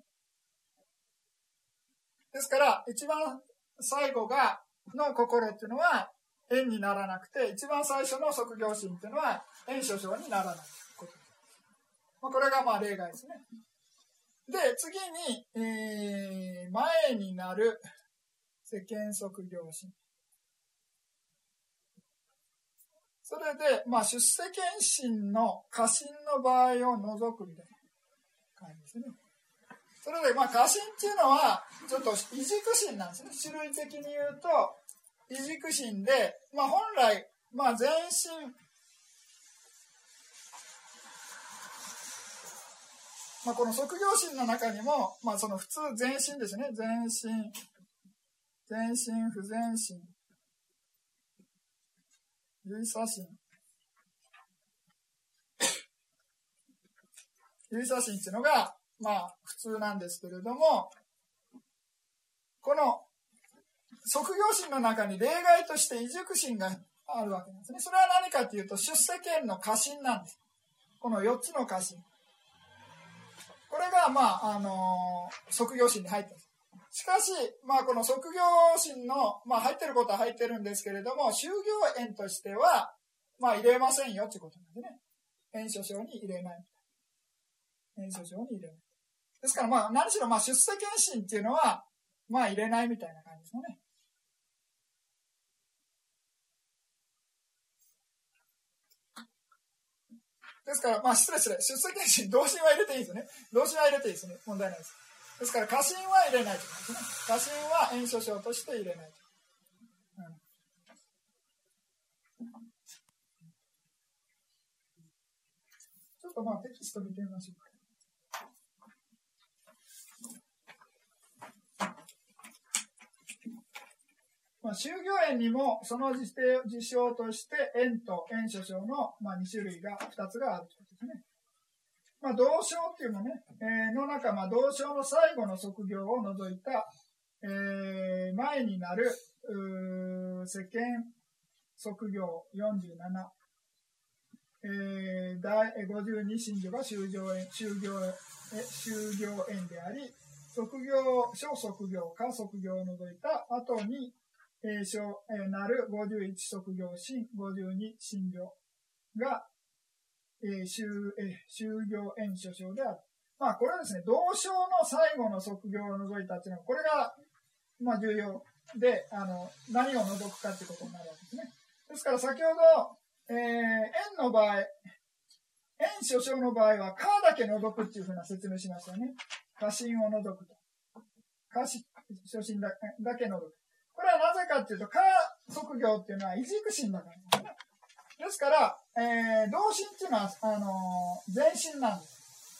ですから一番最後がの心っていうのは縁にならなくて、一番最初の即業心っていうのは縁所掌にならないということです。まあ、これがまあ例外ですね。で、次に、えー、前になる世間即業心。それで、まあ、出世検診の過信の場合を除くみたいな感じですね。それで、まあ、過信っていうのは、ちょっと異軸心なんですね。種類的に言うと、異軸心で、まあ、本来、まあ、全身、まあ、この即業心の中にも、まあ、その普通全身ですね。全身、全身、不全身、有差心。有差心っていうのが、まあ、普通なんですけれども、この即業心の中に例外として異軸心があるわけなんですね。それは何かというと、出世権の過信なんです。このよっつの過信。これが、まあ、あのー、即業心に入っています。しかし、まあ、この即業心の、まあ、入ってることは入ってるんですけれども、修行縁としては、まあ、入れませんよということなんでね。縁所掌に入れない。 演書書に入れない。ですからまあ何しろまあ出世検診っていうのはまあ入れないみたいな感じですよね。ですからまあ失礼失礼出世検診同心は入れていいですね。同心は入れていいですね。問題ないです。ですから家臣は入れないということですね。家臣は演書書として入れないと。うんちょっとまあテキスト見てみましょうか。まあ、宗行園にもその事象として円と円書書の、まあ、に種類がふたつがあるということですね。まあ、同章っていうのね、えー、の中、まあ、同章の最後の則行を除いた、えー、前になる世間則行よんじゅうなな、えー、第ごじゅうに真序が宗行園、宗行園、宗行園であり、則行、小則行か則行を除いた後に、えーえー、なるごじゅういち則行心、ごじゅうに真序が、えー、宗、えー、宗行演書書である。まあこれはですね、同章の最後の則行を除いたっていうのは、これが、まあ重要で、あの、何を除くかっていうことになるわけですね。ですから先ほど、えー、円の場合、円書書の場合は、かだけ除くっていうふうな説明しましたね。家臣を除くと。家臣、書信だ、だけ除く。これはなぜかっていうと、か則行っていうのは異軸心だからですね。ですから、えー、同心っていうのは、あのー、前心なんです。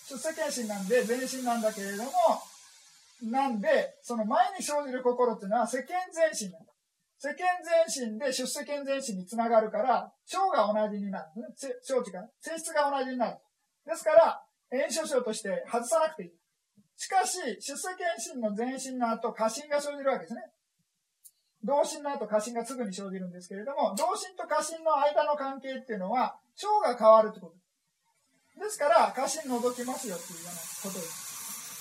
出世検心なんで前心なんだけれども、なんで、その前に生じる心っていうのは世間前心なんだ。世間前心で出世間前心につながるから、章が同じになるんですね。章値が、性質が同じになる。ですから、演書書として外さなくていい。しかし、出世検心の前心の後、家臣が生じるわけですね。同心の後、家臣がすぐに生じるんですけれども、同心と家臣の間の関係っていうのは、章が変わるってこと。ですから、家臣除きますよっていうようなことです。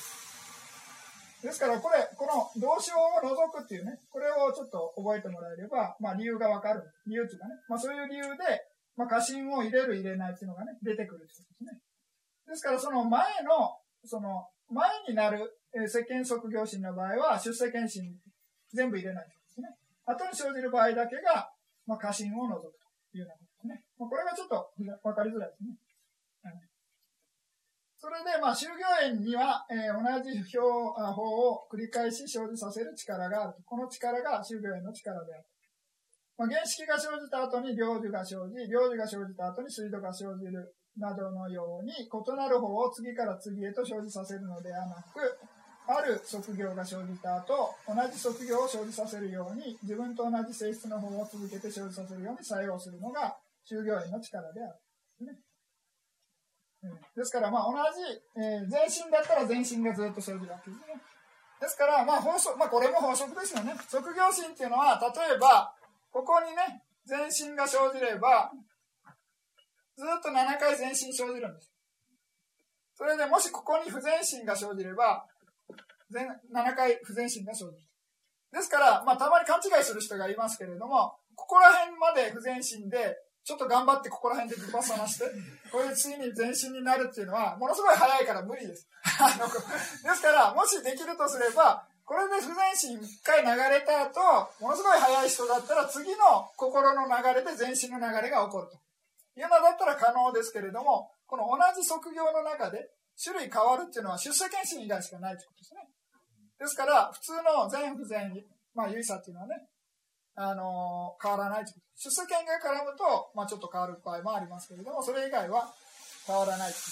ですから、これ、この同章を除くっていうね、これをちょっと覚えてもらえれば、まあ理由がわかる。理由っていうかね、まあそういう理由で、まあ家臣を入れる入れないっていうのがね、出てくるってことですね。ですから、その前の、その、前になる、えー、世間則行心の場合は、出世検心全部入れない。後に生じる場合だけが、まあ、家臣を除くというようなことですね。まあ、これがちょっと分かりづらいですね。はい、それで、まあ、宗行園には、えー、同じ法を繰り返し生じさせる力があると。この力が宗行園の力である。まあ、原式が生じた後に領樹が生じ、領樹が生じた後に水土が生じるなどのように、異なる法を次から次へと生じさせるのではなく、ある則行が生じた後、同じ則行を生じさせるように、自分と同じ性質の方を続けて生じさせるように作用するのが宗行園の力である。ねうん、ですから、まあ同じ、えー、前進だったら前進がずっと生じるわけですね。ですから、まあ法則、まあこれも法則ですよね。則行心っていうのは、例えば、ここにね、前進が生じれば、ずっとななかい前進生じるんです。それでもしここに不前進が生じれば、ななかい不前進が生じる。ですから、まあ、たまに勘違いする人がいますけれども、ここら辺まで不前進で、ちょっと頑張ってここら辺でビパッサナして、これで次に前進になるっていうのは、ものすごい早いから無理です。ですから、もしできるとすれば、これで不前進一回流れた後、ものすごい早い人だったら、次の心の流れで前進の流れが起こるというのだったら可能ですけれども、この同じ則行の中で種類変わるっていうのは出世検診以外しかないということですね。ですから、普通の前不前、まあ、有意差っていうのはね、あのー、変わらないということ。出世権が絡むと、まあ、ちょっと変わる場合もありますけれども、それ以外は変わらないということ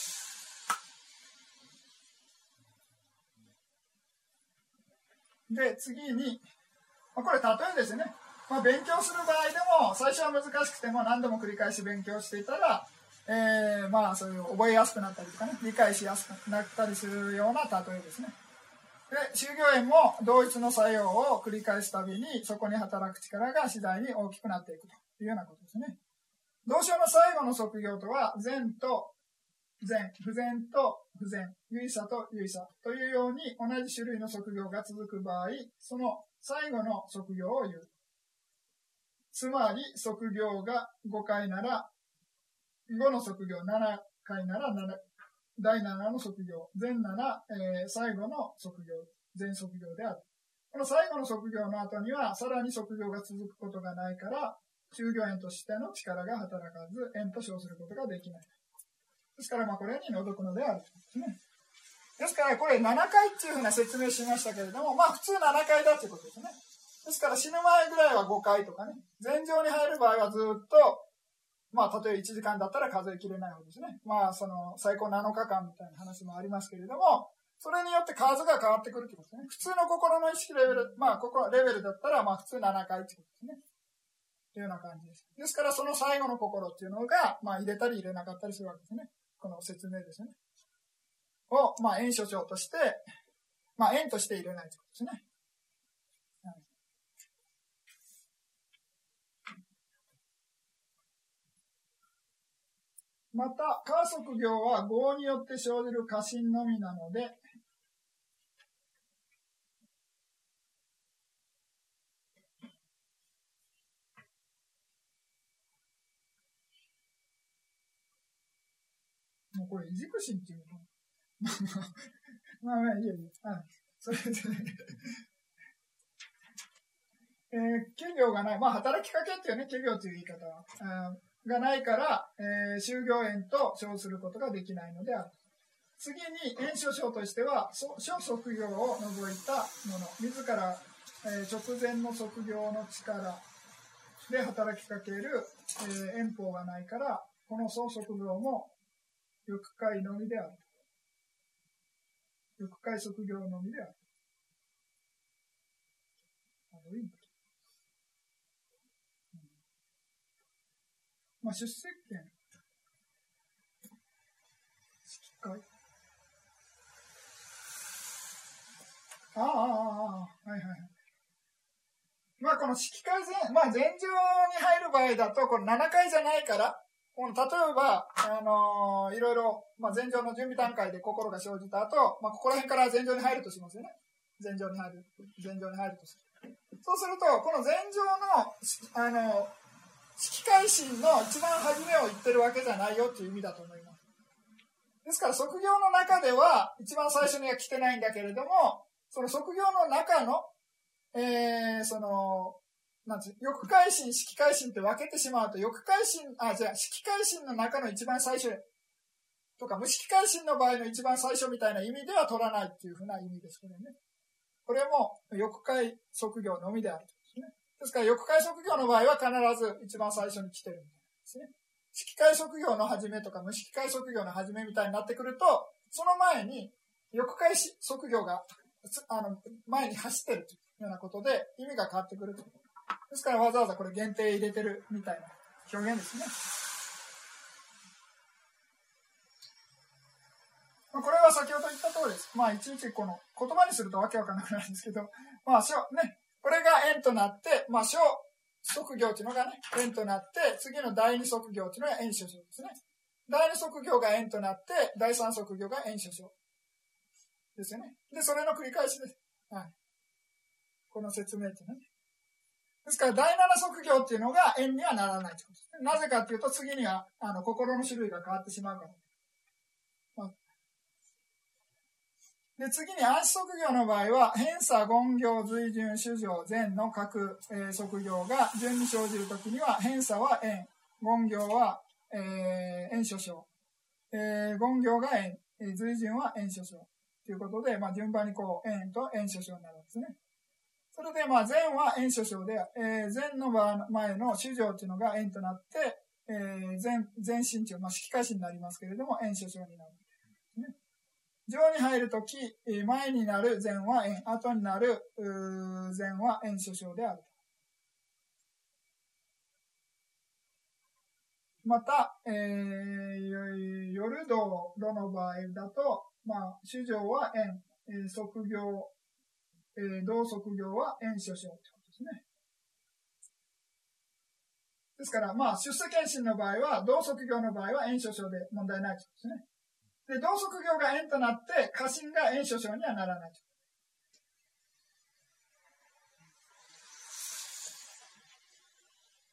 。で、次に、まあ、これ例えですね。まあ、勉強する場合でも、最初は難しくても何度も繰り返し勉強していたら、えー、まあ、そういう覚えやすくなったりとかね、理解しやすくなったりするような例えですね。で、宗行園も同一の作用を繰り返すたびに、そこに働く力が次第に大きくなっていくというようなことですね。同章の最後の則行とは、前と前、不前と不前、有意差と有意差というように、同じ種類の則行が続く場合、その最後の則行を言う。つまり、則行がごかいなら、ごの則行ななかいならなな、 だいななの職業、全なな、えー、最後の職業、全職業である。この最後の職業の後には、さらに職業が続くことがないから、就業縁としての力が働かず、縁と称することができない。ですから、まあ、これに除くのであるということですね。ですから、これななかいっていうふうな説明しましたけれども、まあ、普通ななかいだということですね。ですから、死ぬ前ぐらいはごかいとかね、前場に入る場合はずっと、まあ、例えばいちじかんだったら数えきれないわけですね。まあ、その、最高なのかかんみたいな話もありますけれども、それによって数が変わってくるということですね。普通の心の意識レベル、まあ、ここレベルだったら、まあ、普通ななかいということですね。というような感じです。ですから、その最後の心っていうのが、まあ、入れたり入れなかったりするわけですね。この説明ですね。を、まあ、縁所長として、まあ、縁として入れないということですね。はい、また、家職業は業によって生じる過信のみなので、もうこれ、いじくしんっていうのかな。まあまあ、いいよいいよ。はい。それで、えー、企業がない。まあ、働きかけっていうね、企業という言い方は、がないから、えー、就業縁と称することができないのである。次に、縁所称としては、諸職業を除いたもの、自ら、えー、直前の職業の力で働きかける、えー、縁法がないから、この総職業も、欲界のみである。欲界職業のみである。あ、どういう意味だ、うん、まあ、出席権。指揮会。ああ、ああ、ああ、はいはい。まあ、この指揮会前、まあ、前場に入る場合だと、これななかいじゃないから、この例えば、あのー、いろいろ、まあ、前場の準備段階で心が生じた後、まあ、ここら辺から前場に入るとしますよね。前場に入る。前場に入るとする。そうすると、この前場の、あの、指揮会心の一番初めを言ってるわけじゃないよっていう意味だと思います。ですから、職業の中では、一番最初には来てないんだけれども、その職業の中の、えー、その、なんつう、欲界心、指揮界心って分けてしまうと、欲界心、あ、じゃあ、指揮界心の中の一番最初とか、無指揮界心の場合の一番最初みたいな意味では取らないっていうふうな意味ですけどね。これも、欲界職業のみであるとですね。ですから、欲界職業の場合は必ず一番最初に来てるんですね。指揮界職業の始めとか、無指揮界職業の始めみたいになってくると、その前に、欲界職業が、あの、前に走ってるというようなことで、意味が変わってくると。ですからわざわざこれ限定入れてるみたいな表現ですね。まあ、これは先ほど言った通りです。まあいちいちこの言葉にするとわけわかんなくなるんですけど、まあ小ね、これが縁となって、まあ小職業というのがね、縁となって、次の第二職業というのが縁所称ですね。第二職業が縁となって、第三職業が縁所称ですよね。で、それの繰り返しです。はい。この説明ってね。ですから、第七職業っていうのが縁にはならないということですね。なぜかっていうと、次には、あの、心の種類が変わってしまうから。まあ、で、次に暗視職業の場合は、偏差、言行、随順、主情、前の各、えー、職業が順に生じるときには、偏差は縁、言行は、えー、縁所称、えー、言行が縁、えー、随順は縁所称ということで、まあ、順番にこう、縁と縁所称になるんですね。それで、まあ、前は縁所称で、えー、前の前の主情というのが縁となって、えー、前、前身長、まあ、指揮回しになりますけれども、縁所称になる、ね。上に入るとき、前になる前は縁、後になる前は縁所称である。また、えー、夜道の場合だと、まあ、主情は縁、えー、職業、えー、同職業は縁所称ということですね。ですから、まあ、出世検診の場合は、同職業の場合は縁所称で問題ないということですね。で、同職業が縁となって、家臣が縁所称にはならないと。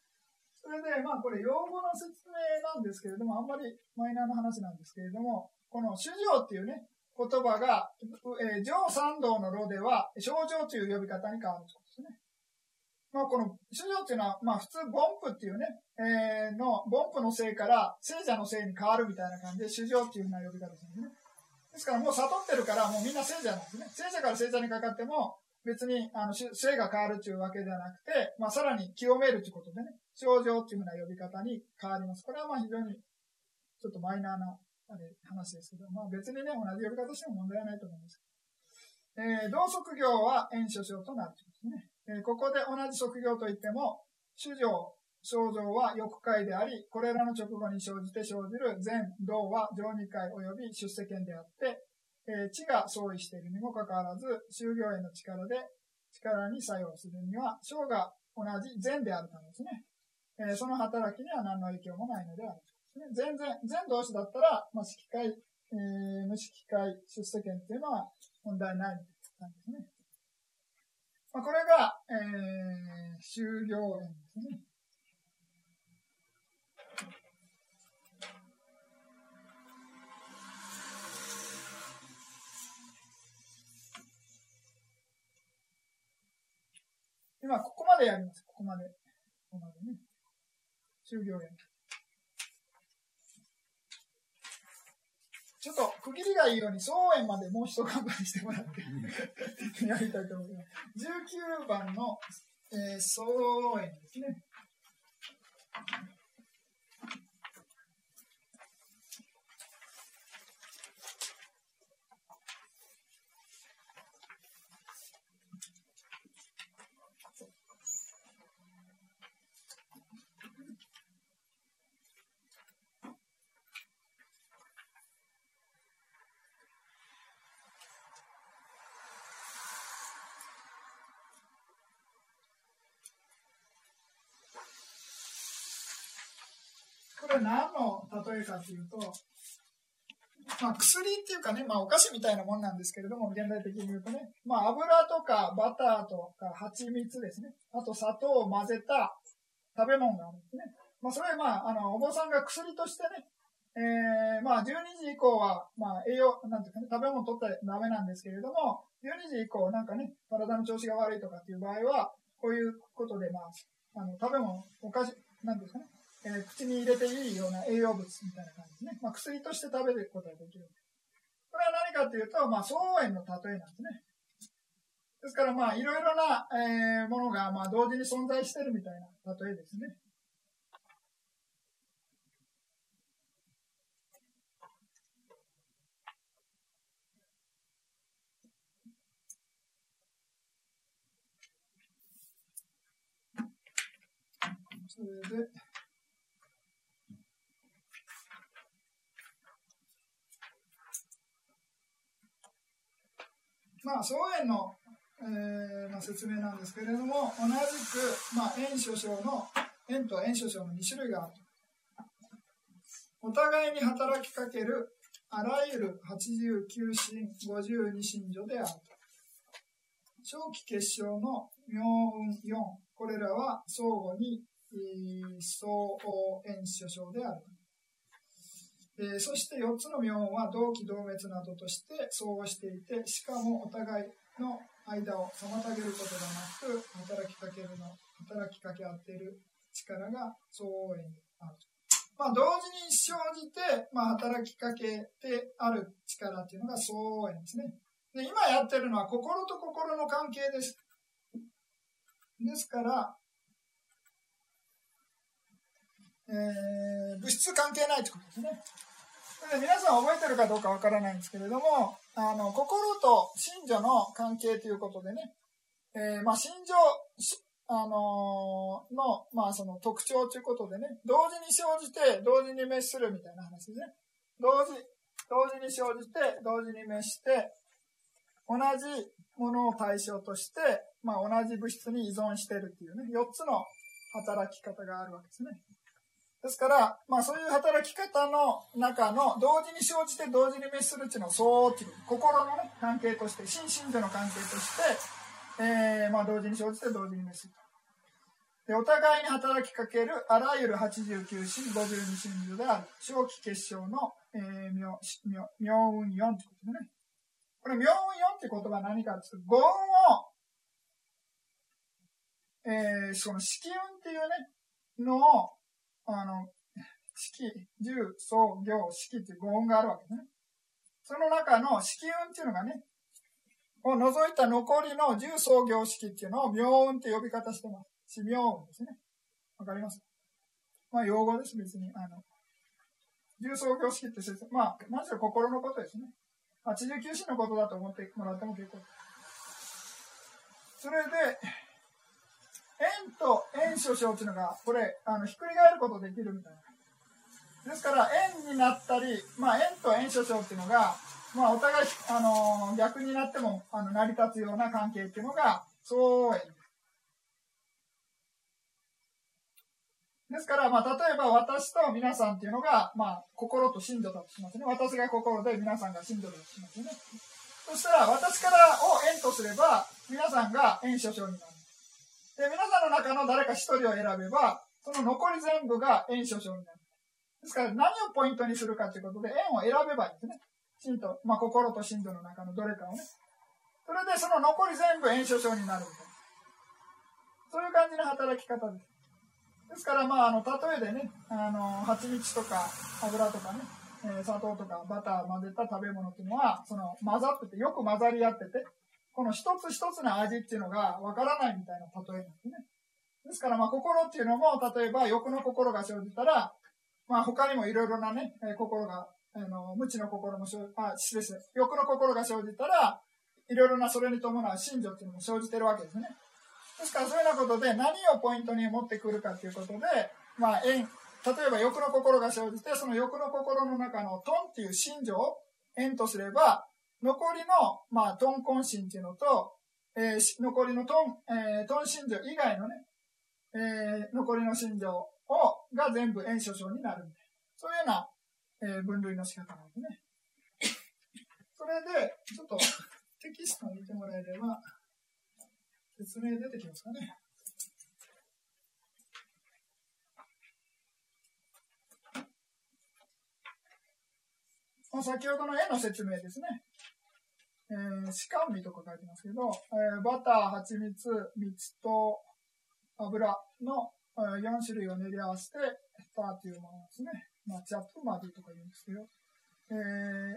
それで、まあ、これ、用語の説明なんですけれども、あんまりマイナーな話なんですけれども、 この衆生っていうね、言葉が、えー、上三道の炉では、正常という呼び方に変わるということですね。まあ、この衆生っていうのは、まあ、普通、凡夫っていうね、えー、の、凡夫の性から聖者の性に変わるみたいな感じで、衆生っていうふうな呼び方ですね。ですからもう悟ってるから、もうみんな聖者なんですね。聖者から聖者にかかっても、別に、あの、性が変わるっていうわけではなくて、まあ、さらに清めるということでね、正常っていうふうな呼び方に変わります。これはまあ非常に、ちょっとマイナーな、あれ、話ですけど、まあ別にね、同じ呼び方しても問題はないと思います。えー、同職業は縁諸生となるということですね。えー、ここで同じ職業といっても、衆生、正常は欲界であり、これらの直後に生じて生じる全道は上二界及び出世権であって、えー、地が相違しているにもかかわらず、修行への力で、力に作用するには、生が同じ善であるためですね。えー、その働きには何の影響もないのである。全然、全同士だったら、まあ、色界、えー、無色界出世権っていうのは問題ない感じですね。まあ、これが、えー、修行縁ですね。今、ここまでやります。ここまで。ここまでね。修行縁。ちょっと区切りがいいように、総縁までもう一頑張りしてもらってやりたいと思います。じゅうきゅうばんの、えー、総縁ですね。これ何の例えかというと、まあ、薬っていうかね、まあ、お菓子みたいなもんなんですけれども、現代的に言うとね、まあ、油とかバターとか蜂蜜ですね、あと砂糖を混ぜた食べ物があるんですね。まあ、それは、まあ、あのお坊さんが薬としてね、えー、まあじゅうにじ以降は、まあ、栄養なんていうかね、食べ物取ったらダメなんですけれども、じゅうにじ以降なんかね、体の調子が悪いとかっていう場合は、こういうことで、まあ、あの食べ物、お菓子なんていうんですかね、えー、口に入れていいような栄養物みたいな感じですね。まあ、薬として食べることができる。これは何かというと、まあ、草園の例えなんですね。ですから、まあ、いろいろな、えー、ものが、まあ、同時に存在しているみたいな例えですね。それで、まあ、草園の、えーまあ、説明なんですけれども、同じく、まあ、縁諸生の、縁と縁諸生のに種類がある。お互いに働きかけるあらゆるはちじゅうきゅう心、ごじゅうに心女である。長期結晶の妙運よん、これらは相互に相応縁諸生である。えー、そしてよっつの妙音は同期同滅などとして相互していて、しかもお互いの間を妨げることがなく働きかけるの働きかけ合っている力が相応縁である。まあ、同時に生じて、まあ、働きかけてある力っていうのが相応縁ですね。で、今やってるのは心と心の関係です。ですから、えー、物質関係ないということですね。で皆さん覚えてるかどうかわからないんですけれども、あの心と心情の関係ということでね、えー、まあ心情、あのー、の、まあ、その特徴ということでね、同時に生じて同時に滅するみたいな話ですね。同時、同時に生じて同時に滅して、同じものを対象として、まあ、同じ物質に依存しているっていうね、よっつの働き方があるわけですね。ですから、まあ、そういう働き方の中の同時に生じて同時に滅するっていうのをそうっていう心の、ね、関係として、心身との関係として、えーまあ、同時に生じて同時に滅すると。 で、お互いに働きかけるあらゆるはちじゅうきゅう神、ごじゅうに神女である、正気結晶の、えー、妙、妙、妙運よんということでね。これ、妙運よんって言葉は何かっていうと、五運を、えー、その色運っていうね、のを、あの、色、十、相、行、色っていう五運があるわけですね。その中の色運っていうのがね、を除いた残りの十相行式っていうのを妙運って呼び方してます。四妙運ですね。わかります？まあ、用語です、別に。あの、十相行式って説明、まあ、まず心のことですね。はちじゅうきゅう神のことだと思ってもらっても結構。それで、円と円所掌っていうのが、これ、あの、ひっくり返ることできるみたいな。ですから、円になったり、まあ、円と円所掌っていうのが、まあ、お互い、あのー、逆になっても、あの、成り立つような関係っていうのが、相円。ですから、まあ、例えば私と皆さんっていうのが、まあ、心と心情だとしますね。私が心で皆さんが心情だとしますね。そしたら、私からを円とすれば、皆さんが円所掌になる。で、皆さんの中の誰か一人を選べば、その残り全部が円所掌になる。ですから、何をポイントにするかということで、円を選べばいいんですね。心と、まあ、心と心情の中のどれかをね。それで、その残り全部円所掌になるみたいな。そういう感じの働き方です。ですから、まあ、あの、例えでね、あの、蜂蜜とか油とかね、えー、砂糖とかバター混ぜた食べ物っていうのは、その、混ざってて、よく混ざり合ってて、この一つ一つの味っていうのがわからないみたいな例えなんですね。ですから、まあ、心っていうのも、例えば欲の心が生じたら、まあ、他にもいろいろなね、えー、心が、あの、無知の心も生じ、あ、失礼して、欲の心が生じたら、いろいろなそれに伴う心情っていうのも生じてるわけですね。ですから、そういうようなことで何をポイントに持ってくるかということで、まあ、円、例えば欲の心が生じて、その欲の心の中のトンっていう心情を円とすれば、残りの、まあ、トンコン心っていうのと、えー、残りのトン、えー、トン心情以外のね、えー、残りの心情を、が全部円所掌になるみたいな。そういうような、えー、分類の仕方なんですね。それで、ちょっとテキストを見てもらえれば、説明出てきますかね。先ほどの絵の説明ですね。えー、しかみとか書いてますけど、えー、バター、蜂蜜、蜜と油の、えー、よん種類を練り合わせて、ターというものですね。まあ、チャップマディとか言うんですけど、えー、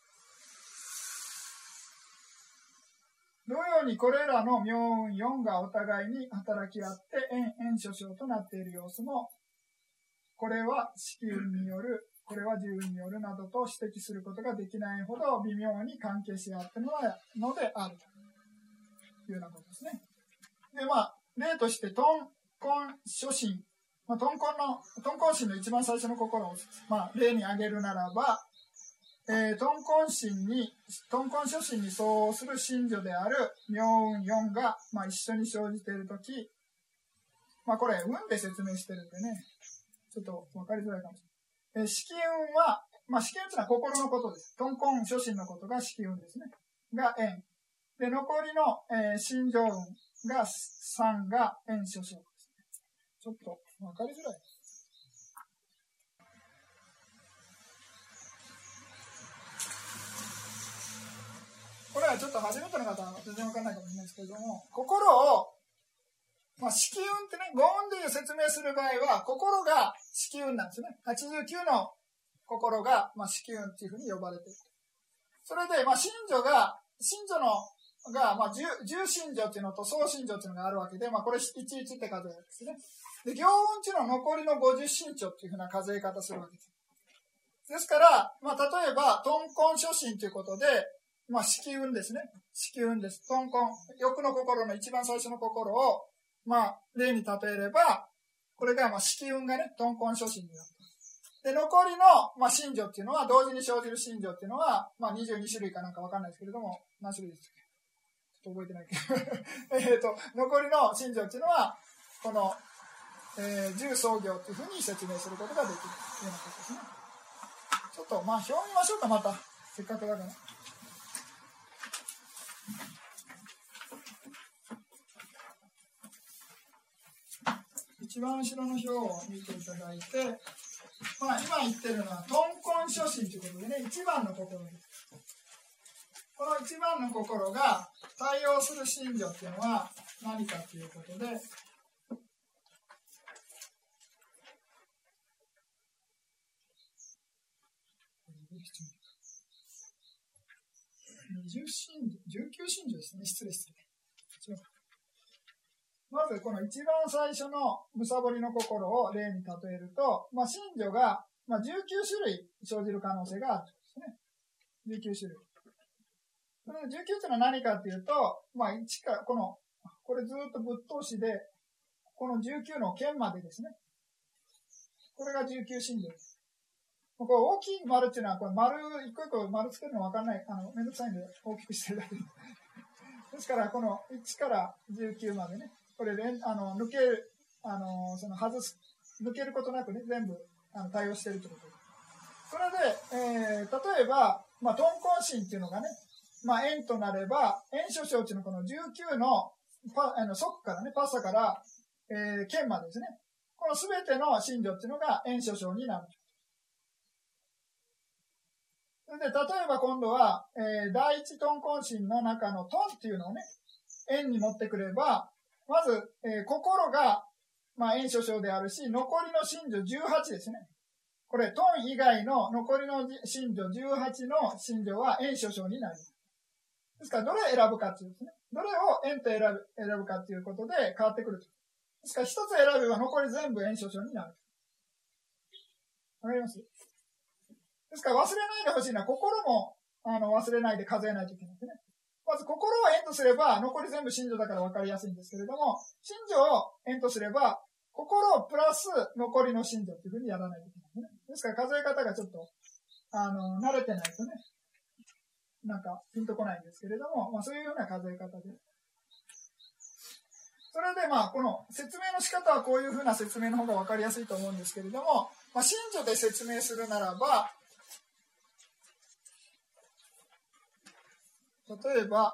同様にこれらの妙運よんがお互いに働き合って円円所掌となっている様子も、これは色運による、これは十運によるなどと指摘することができないほど微妙に関係し合っているのであるというようなことですね。で、まあ、例として、トンコン初心、まあ、トンコンの、トンコン心の一番最初の心を、まあ、例に挙げるならば、えー、トンコン心に、トンコン初心に相応する心情である妙運よんが、まあ、一緒に生じているとき、まあ、これ、運で説明してるんでね、ちょっと分かりづらいかもしれない。えー、色運は、まあ、色運というのは心のことです。トンコン初心のことが色運ですね。が円。で、残りの、えー、心情運がさんが円所掌ですね。ちょっと分かりづらい。これはちょっと初めての方は全然分からないかもしれないですけれども、心を、まあ、色運ってね、五運でいう説明する場合は、心が色運なんですね。はちじゅうきゅうの心が、まあ、色運っていうふうに呼ばれている。それで、まあ、心情が、心情の、が、まあ、十、十心情っていうのと総心情っていうのがあるわけで、まあ、これいちいちって数えるんですね。で、行運っていうのは残りのごじゅう心情っていうふうな数え方するわけです。ですから、まあ、例えば、トンコン初心ということで、まあ、色運ですね。色運です。トンコン、欲の心の一番最初の心を、まあ、例に例えれば、これが、まあ、色運がね、トンコン初心になる。で、残りの、まあ、心情っていうのは、同時に生じる心情っていうのは、まあ、にじゅうに種類かなんかわかんないですけれども、何種類ですか？ちょっと覚えてないけど。えっと、残りの心情っていうのは、この、えー、十相行っていうふうに説明することができるというようなことですね。ちょっと、まあ、表見ましょうか、また。せっかくだから。 一番後ろの表を見ていただいて、まあ、今言ってるのは、豚根初心ということでね、一番の心です。この一番の心が対応する信条っていうのは何かということで、にじゅう信条、じゅうきゅう信条ですね。失礼失礼。まずこの一番最初のむさぼりの心を例に例えると、まあ、信条が、まあ、じゅうきゅう種類生じる可能性があるということですね。じゅうきゅう種類。そのじゅうきゅうというのは何かというと、まあ、いちからこの、これずっとぶっ通しで、このじゅうきゅうの剣までですね。これがじゅうきゅう信条です。これ大きい丸っていうのは、これ丸、一個一個丸つけるの分かんない、あの、めんどくさいんで大きくしてるだけです。ですから、このいちからじゅうきゅうまでね、これで、あの、抜ける、あの、その外す、抜けることなくね、全部、あの、対応しているということです。それで、えー、例えば、まあ、豚根心っていうのがね、まあ、円となれば、円諸生地のこのじゅうきゅうの、パあの側からね、パッサから、えー、剣までですね、このすべての信条っていうのが円諸生になる。それで、例えば今度は、えー、第一豚根心の中のトンっていうのをね、円に持ってくれば、まず、えー、心が、まあ、円諸生であるし、残りの信条じゅうはちですね。これ、トン以外の残りの信条じゅうはちの信条は円諸生になります。ですから、どれを選ぶかっていうですね。どれを円と選ぶ、選ぶかっていうことで変わってくると。ですから、一つ選べば残り全部円諸生になる。わかります？ですから、忘れないでほしいのは、心も、あの、忘れないで数えないといけないですね。まず、心を円とすれば、残り全部信条だから分かりやすいんですけれども、信条を円とすれば、心プラス残りの信条というふうにやらないといけないですね。ですから、数え方がちょっと、あの、慣れてないとね、なんか、ピンとこないんですけれども、まあ、そういうような数え方で。それで、まあ、この説明の仕方はこういうふうな説明の方が分かりやすいと思うんですけれども、まあ、信条で説明するならば、例えば、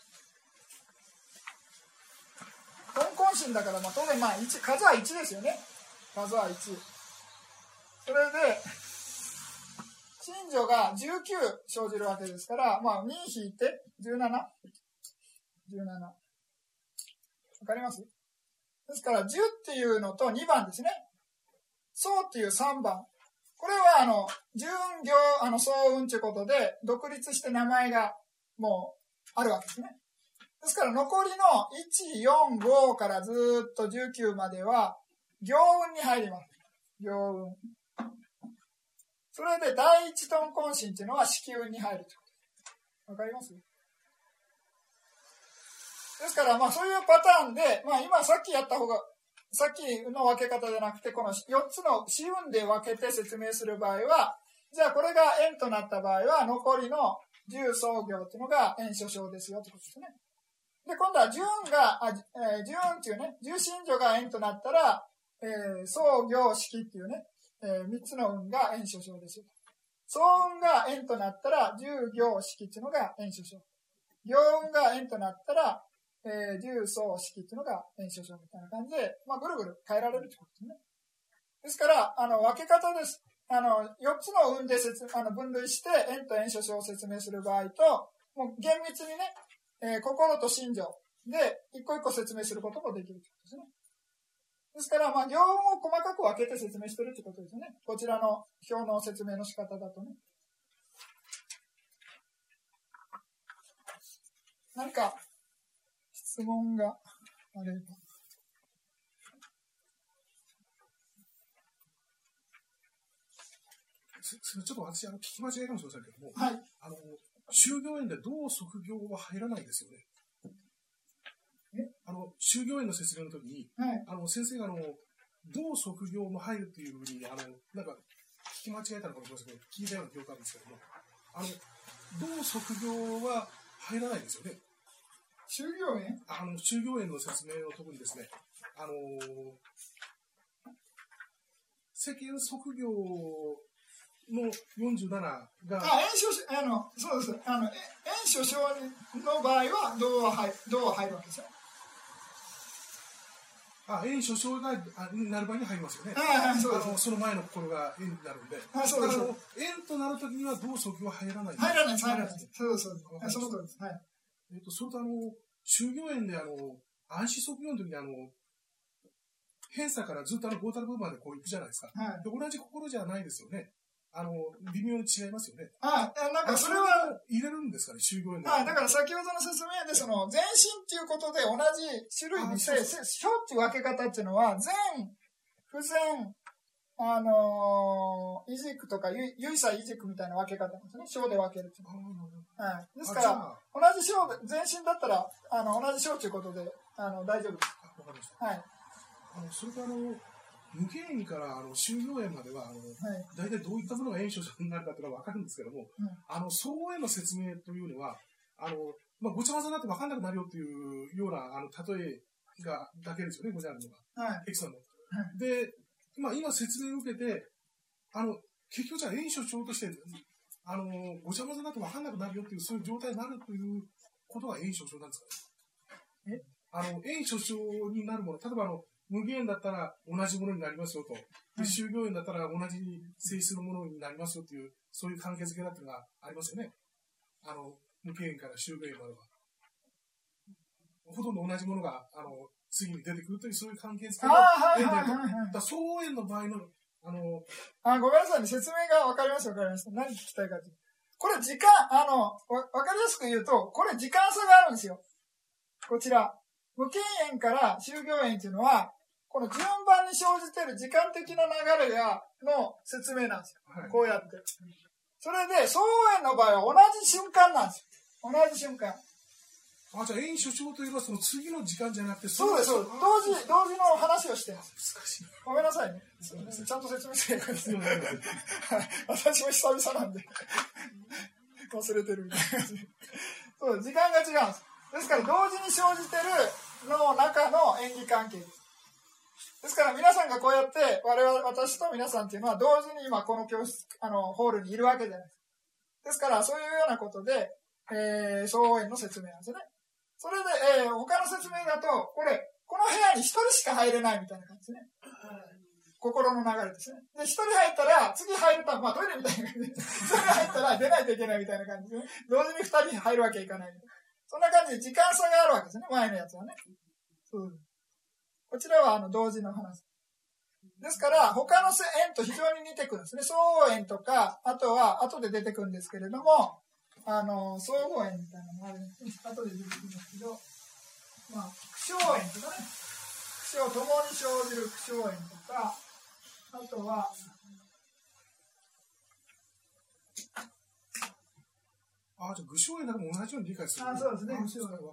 豚根心だから、まあ、当然、まあ、いち、数はいちですよね。数はいち。それで、信条がじゅうきゅう生じるわけですから、まあ、に引いてじゅうなな。じゅうなな。わかります？ですから、じゅうっていうのとにばんですね。相っていうさんばん。これは、あの、順行、あの、相運ということで、独立して名前がもうあるわけですね。ですから、残りのいち、よん、ごからずっとじゅうきゅうまでは、行運に入ります。行運。それで、第一豚根心っていうのは子宮に入ると。わかります？ですから、まあ、そういうパターンで、まあ、今さっきやった方が、さっきの分け方じゃなくて、このよっつの子運で分けて説明する場合は、じゃあこれが円となった場合は、残りのじゅう相行っていうのが円諸生ですよってことですね。で、今度はじゅうが、あえー、じゅうっていうね、じゅう信条が円となったら、えー、相行式っていうね、えー、みっつの運が円諸生ですよ。相運が円となったら、じゅう行式っていうのが円諸生。行運が円となったら、えー、じゅう相式っていうのが円諸生みたいな感じで、まあ、ぐるぐる変えられるってことですね。ですから、あの、分け方です。あの、よっつの運で説あの分類して、円と円諸生を説明する場合と、もう厳密にね、えー、心と信条で、一個一個説明することもできるってことですね。ですから、まあ、行運を細かく分けて説明してるってことですね。こちらの表の説明の仕方だとね。何か、質問があれば。 ちょっと私、あの、聞き間違いかもしれませんけども、 はい。 あの、修行園で同側行は入らないですよね。えあの、修行園の説明の時に、はい、あの、先生が、あの、同側行も入るっていうふうに、あの、なんか、聞き間違えたのかもしれませんけど、聞いたような記憶あるんですけども、あの、同側行は入らないですよね。 修行園あの、修行園の説明のところにですね、あのー、世間側行のよんじゅうななが、 あ、円諸あのそうです。あの円諸生の場合は銅は入銅は入るわけですよ。 あ、円所掌がなる場合に入りますよね。 ああ、そうです。 あのその前の心が円になるんで。 あ、そうです。 円となるときには同即は入らない。 入らない、入らない。そうです、そうです。その通りです。はい。 えっと、それとあの、就業円であの、暗視即業のときにあの、偏差からずっとあの、ボータル部分までこう行くじゃないですか。はい。で、同じ心じゃないですよね。あの、微妙に違いますよね。 ああ、なんかそれは、 入れるんですかね、就業円で。 ああ、だから先ほどの説明で、その、全身っていうことで同じ種類にして、小っていう分け方っていうのは、全、不全、あのー、異軸とか、有差異軸みたいな分け方なんですね。小で分けるっていうのは。はい。ですから、同じ小で、全身だったら、あの、同じ小ということで、あの、大丈夫です。 わかりました。 はい。 あの、それからあの、無形円からあの就業円まではあの、はい、大体どういったものが円所掌になるかというのは分かるんですけども、うん、あの総合円の説明というのはあの、まあ、ごちゃ混ぜになって分かんなくなるよというようなあの例えがだけですよね、ごちゃあるのが、はい、エキさんの。はい、で、まあ、今説明を受けてあの結局じゃあ円所掌としてあのごちゃ混ぜになって分かんなくなるよというそういう状態になるということが円所掌なんですかね。えあの円所掌になるもの、例えばあの無限だったら同じものになりますよと。で、就業円だったら同じ性質のものになりますよという、そういう関係づけだっていうのがありますよね。あの、無限円から就業円までは。ほとんど同じものが、あの、次に出てくるという、そういう関係づけが円であると。だ総合円の場合の、あの、 あ、ごめんなさいね。説明がわかりますわかります。何聞きたいかと。これ時間、あの、わ、わかりやすく言うと、これ時間差があるんですよ。こちら。無限円から就業円っていうのは、この順番に生じている時間的な流れが、の説明なんですよ。はい、こうやって。それで、総円の場合は同じ瞬間なんですよ。同じ瞬間。 あ、じゃあ円所掌といえばその次の時間じゃなくて、 そうです、そうです。同時、同時の話をしてるんです。 難しい。 ごめんなさいね。ちゃんと説明してるからですよ。私も久々なんで。忘れてるみたいな感じ。そう、時間が違うんです。ですから、同時に生じてるの中の演技関係です。ですから皆さんがこうやって我々私と皆さんっていうのは同時に今この教室あのホールにいるわけじゃないです。ですからそういうようなことで、えー、総合円の説明なんですよね。それで、えー、他の説明だとこれこの部屋に一人しか入れないみたいな感じですね。心の流れですね。で一人入ったら次入るとまあトイレみたいな感じで一人入ったら出ないといけないみたいな感じで、ね、同時に二人入るわけいかない。そんな感じで時間差があるわけですね。前のやつはね。そうこちらはあの同時の話。ですから、他の円と非常に似てくるんですね。相互円とか、あとは後で出てくるんですけれども、あの、相互円みたいなのがあるんですね。後で出てくるんですけど、まあ、苦笑円とかね、苦笑、共に生じる苦笑円とか、あとは、 あ、じゃあ、具象円なんかも同じように理解する。 あ、そうですね、具象円。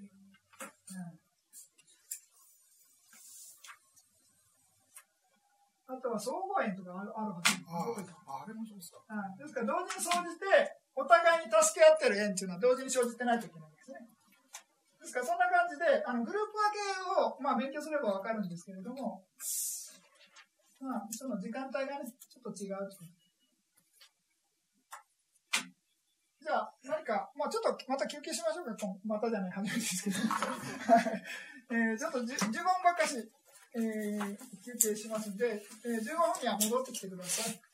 あとは相互円とかあるはずです。 ああ、あれもそうですか。 ですから同時に生じて、お互いに助け合ってる円っていうのは同時に生じてないといけないんですね。ですからそんな感じで、あのグループ分けを、まあ、勉強すればわかるんですけれども、まあ、その時間帯がね、ちょっと違う。じゃあ、何か、まあ、ちょっとまた休憩しましょうか。またじゃない、初めてですけど。えー、ちょっとじゅうごふんばっかし。えー、休憩しますので、えー、じゅうごふんには戻ってきてください。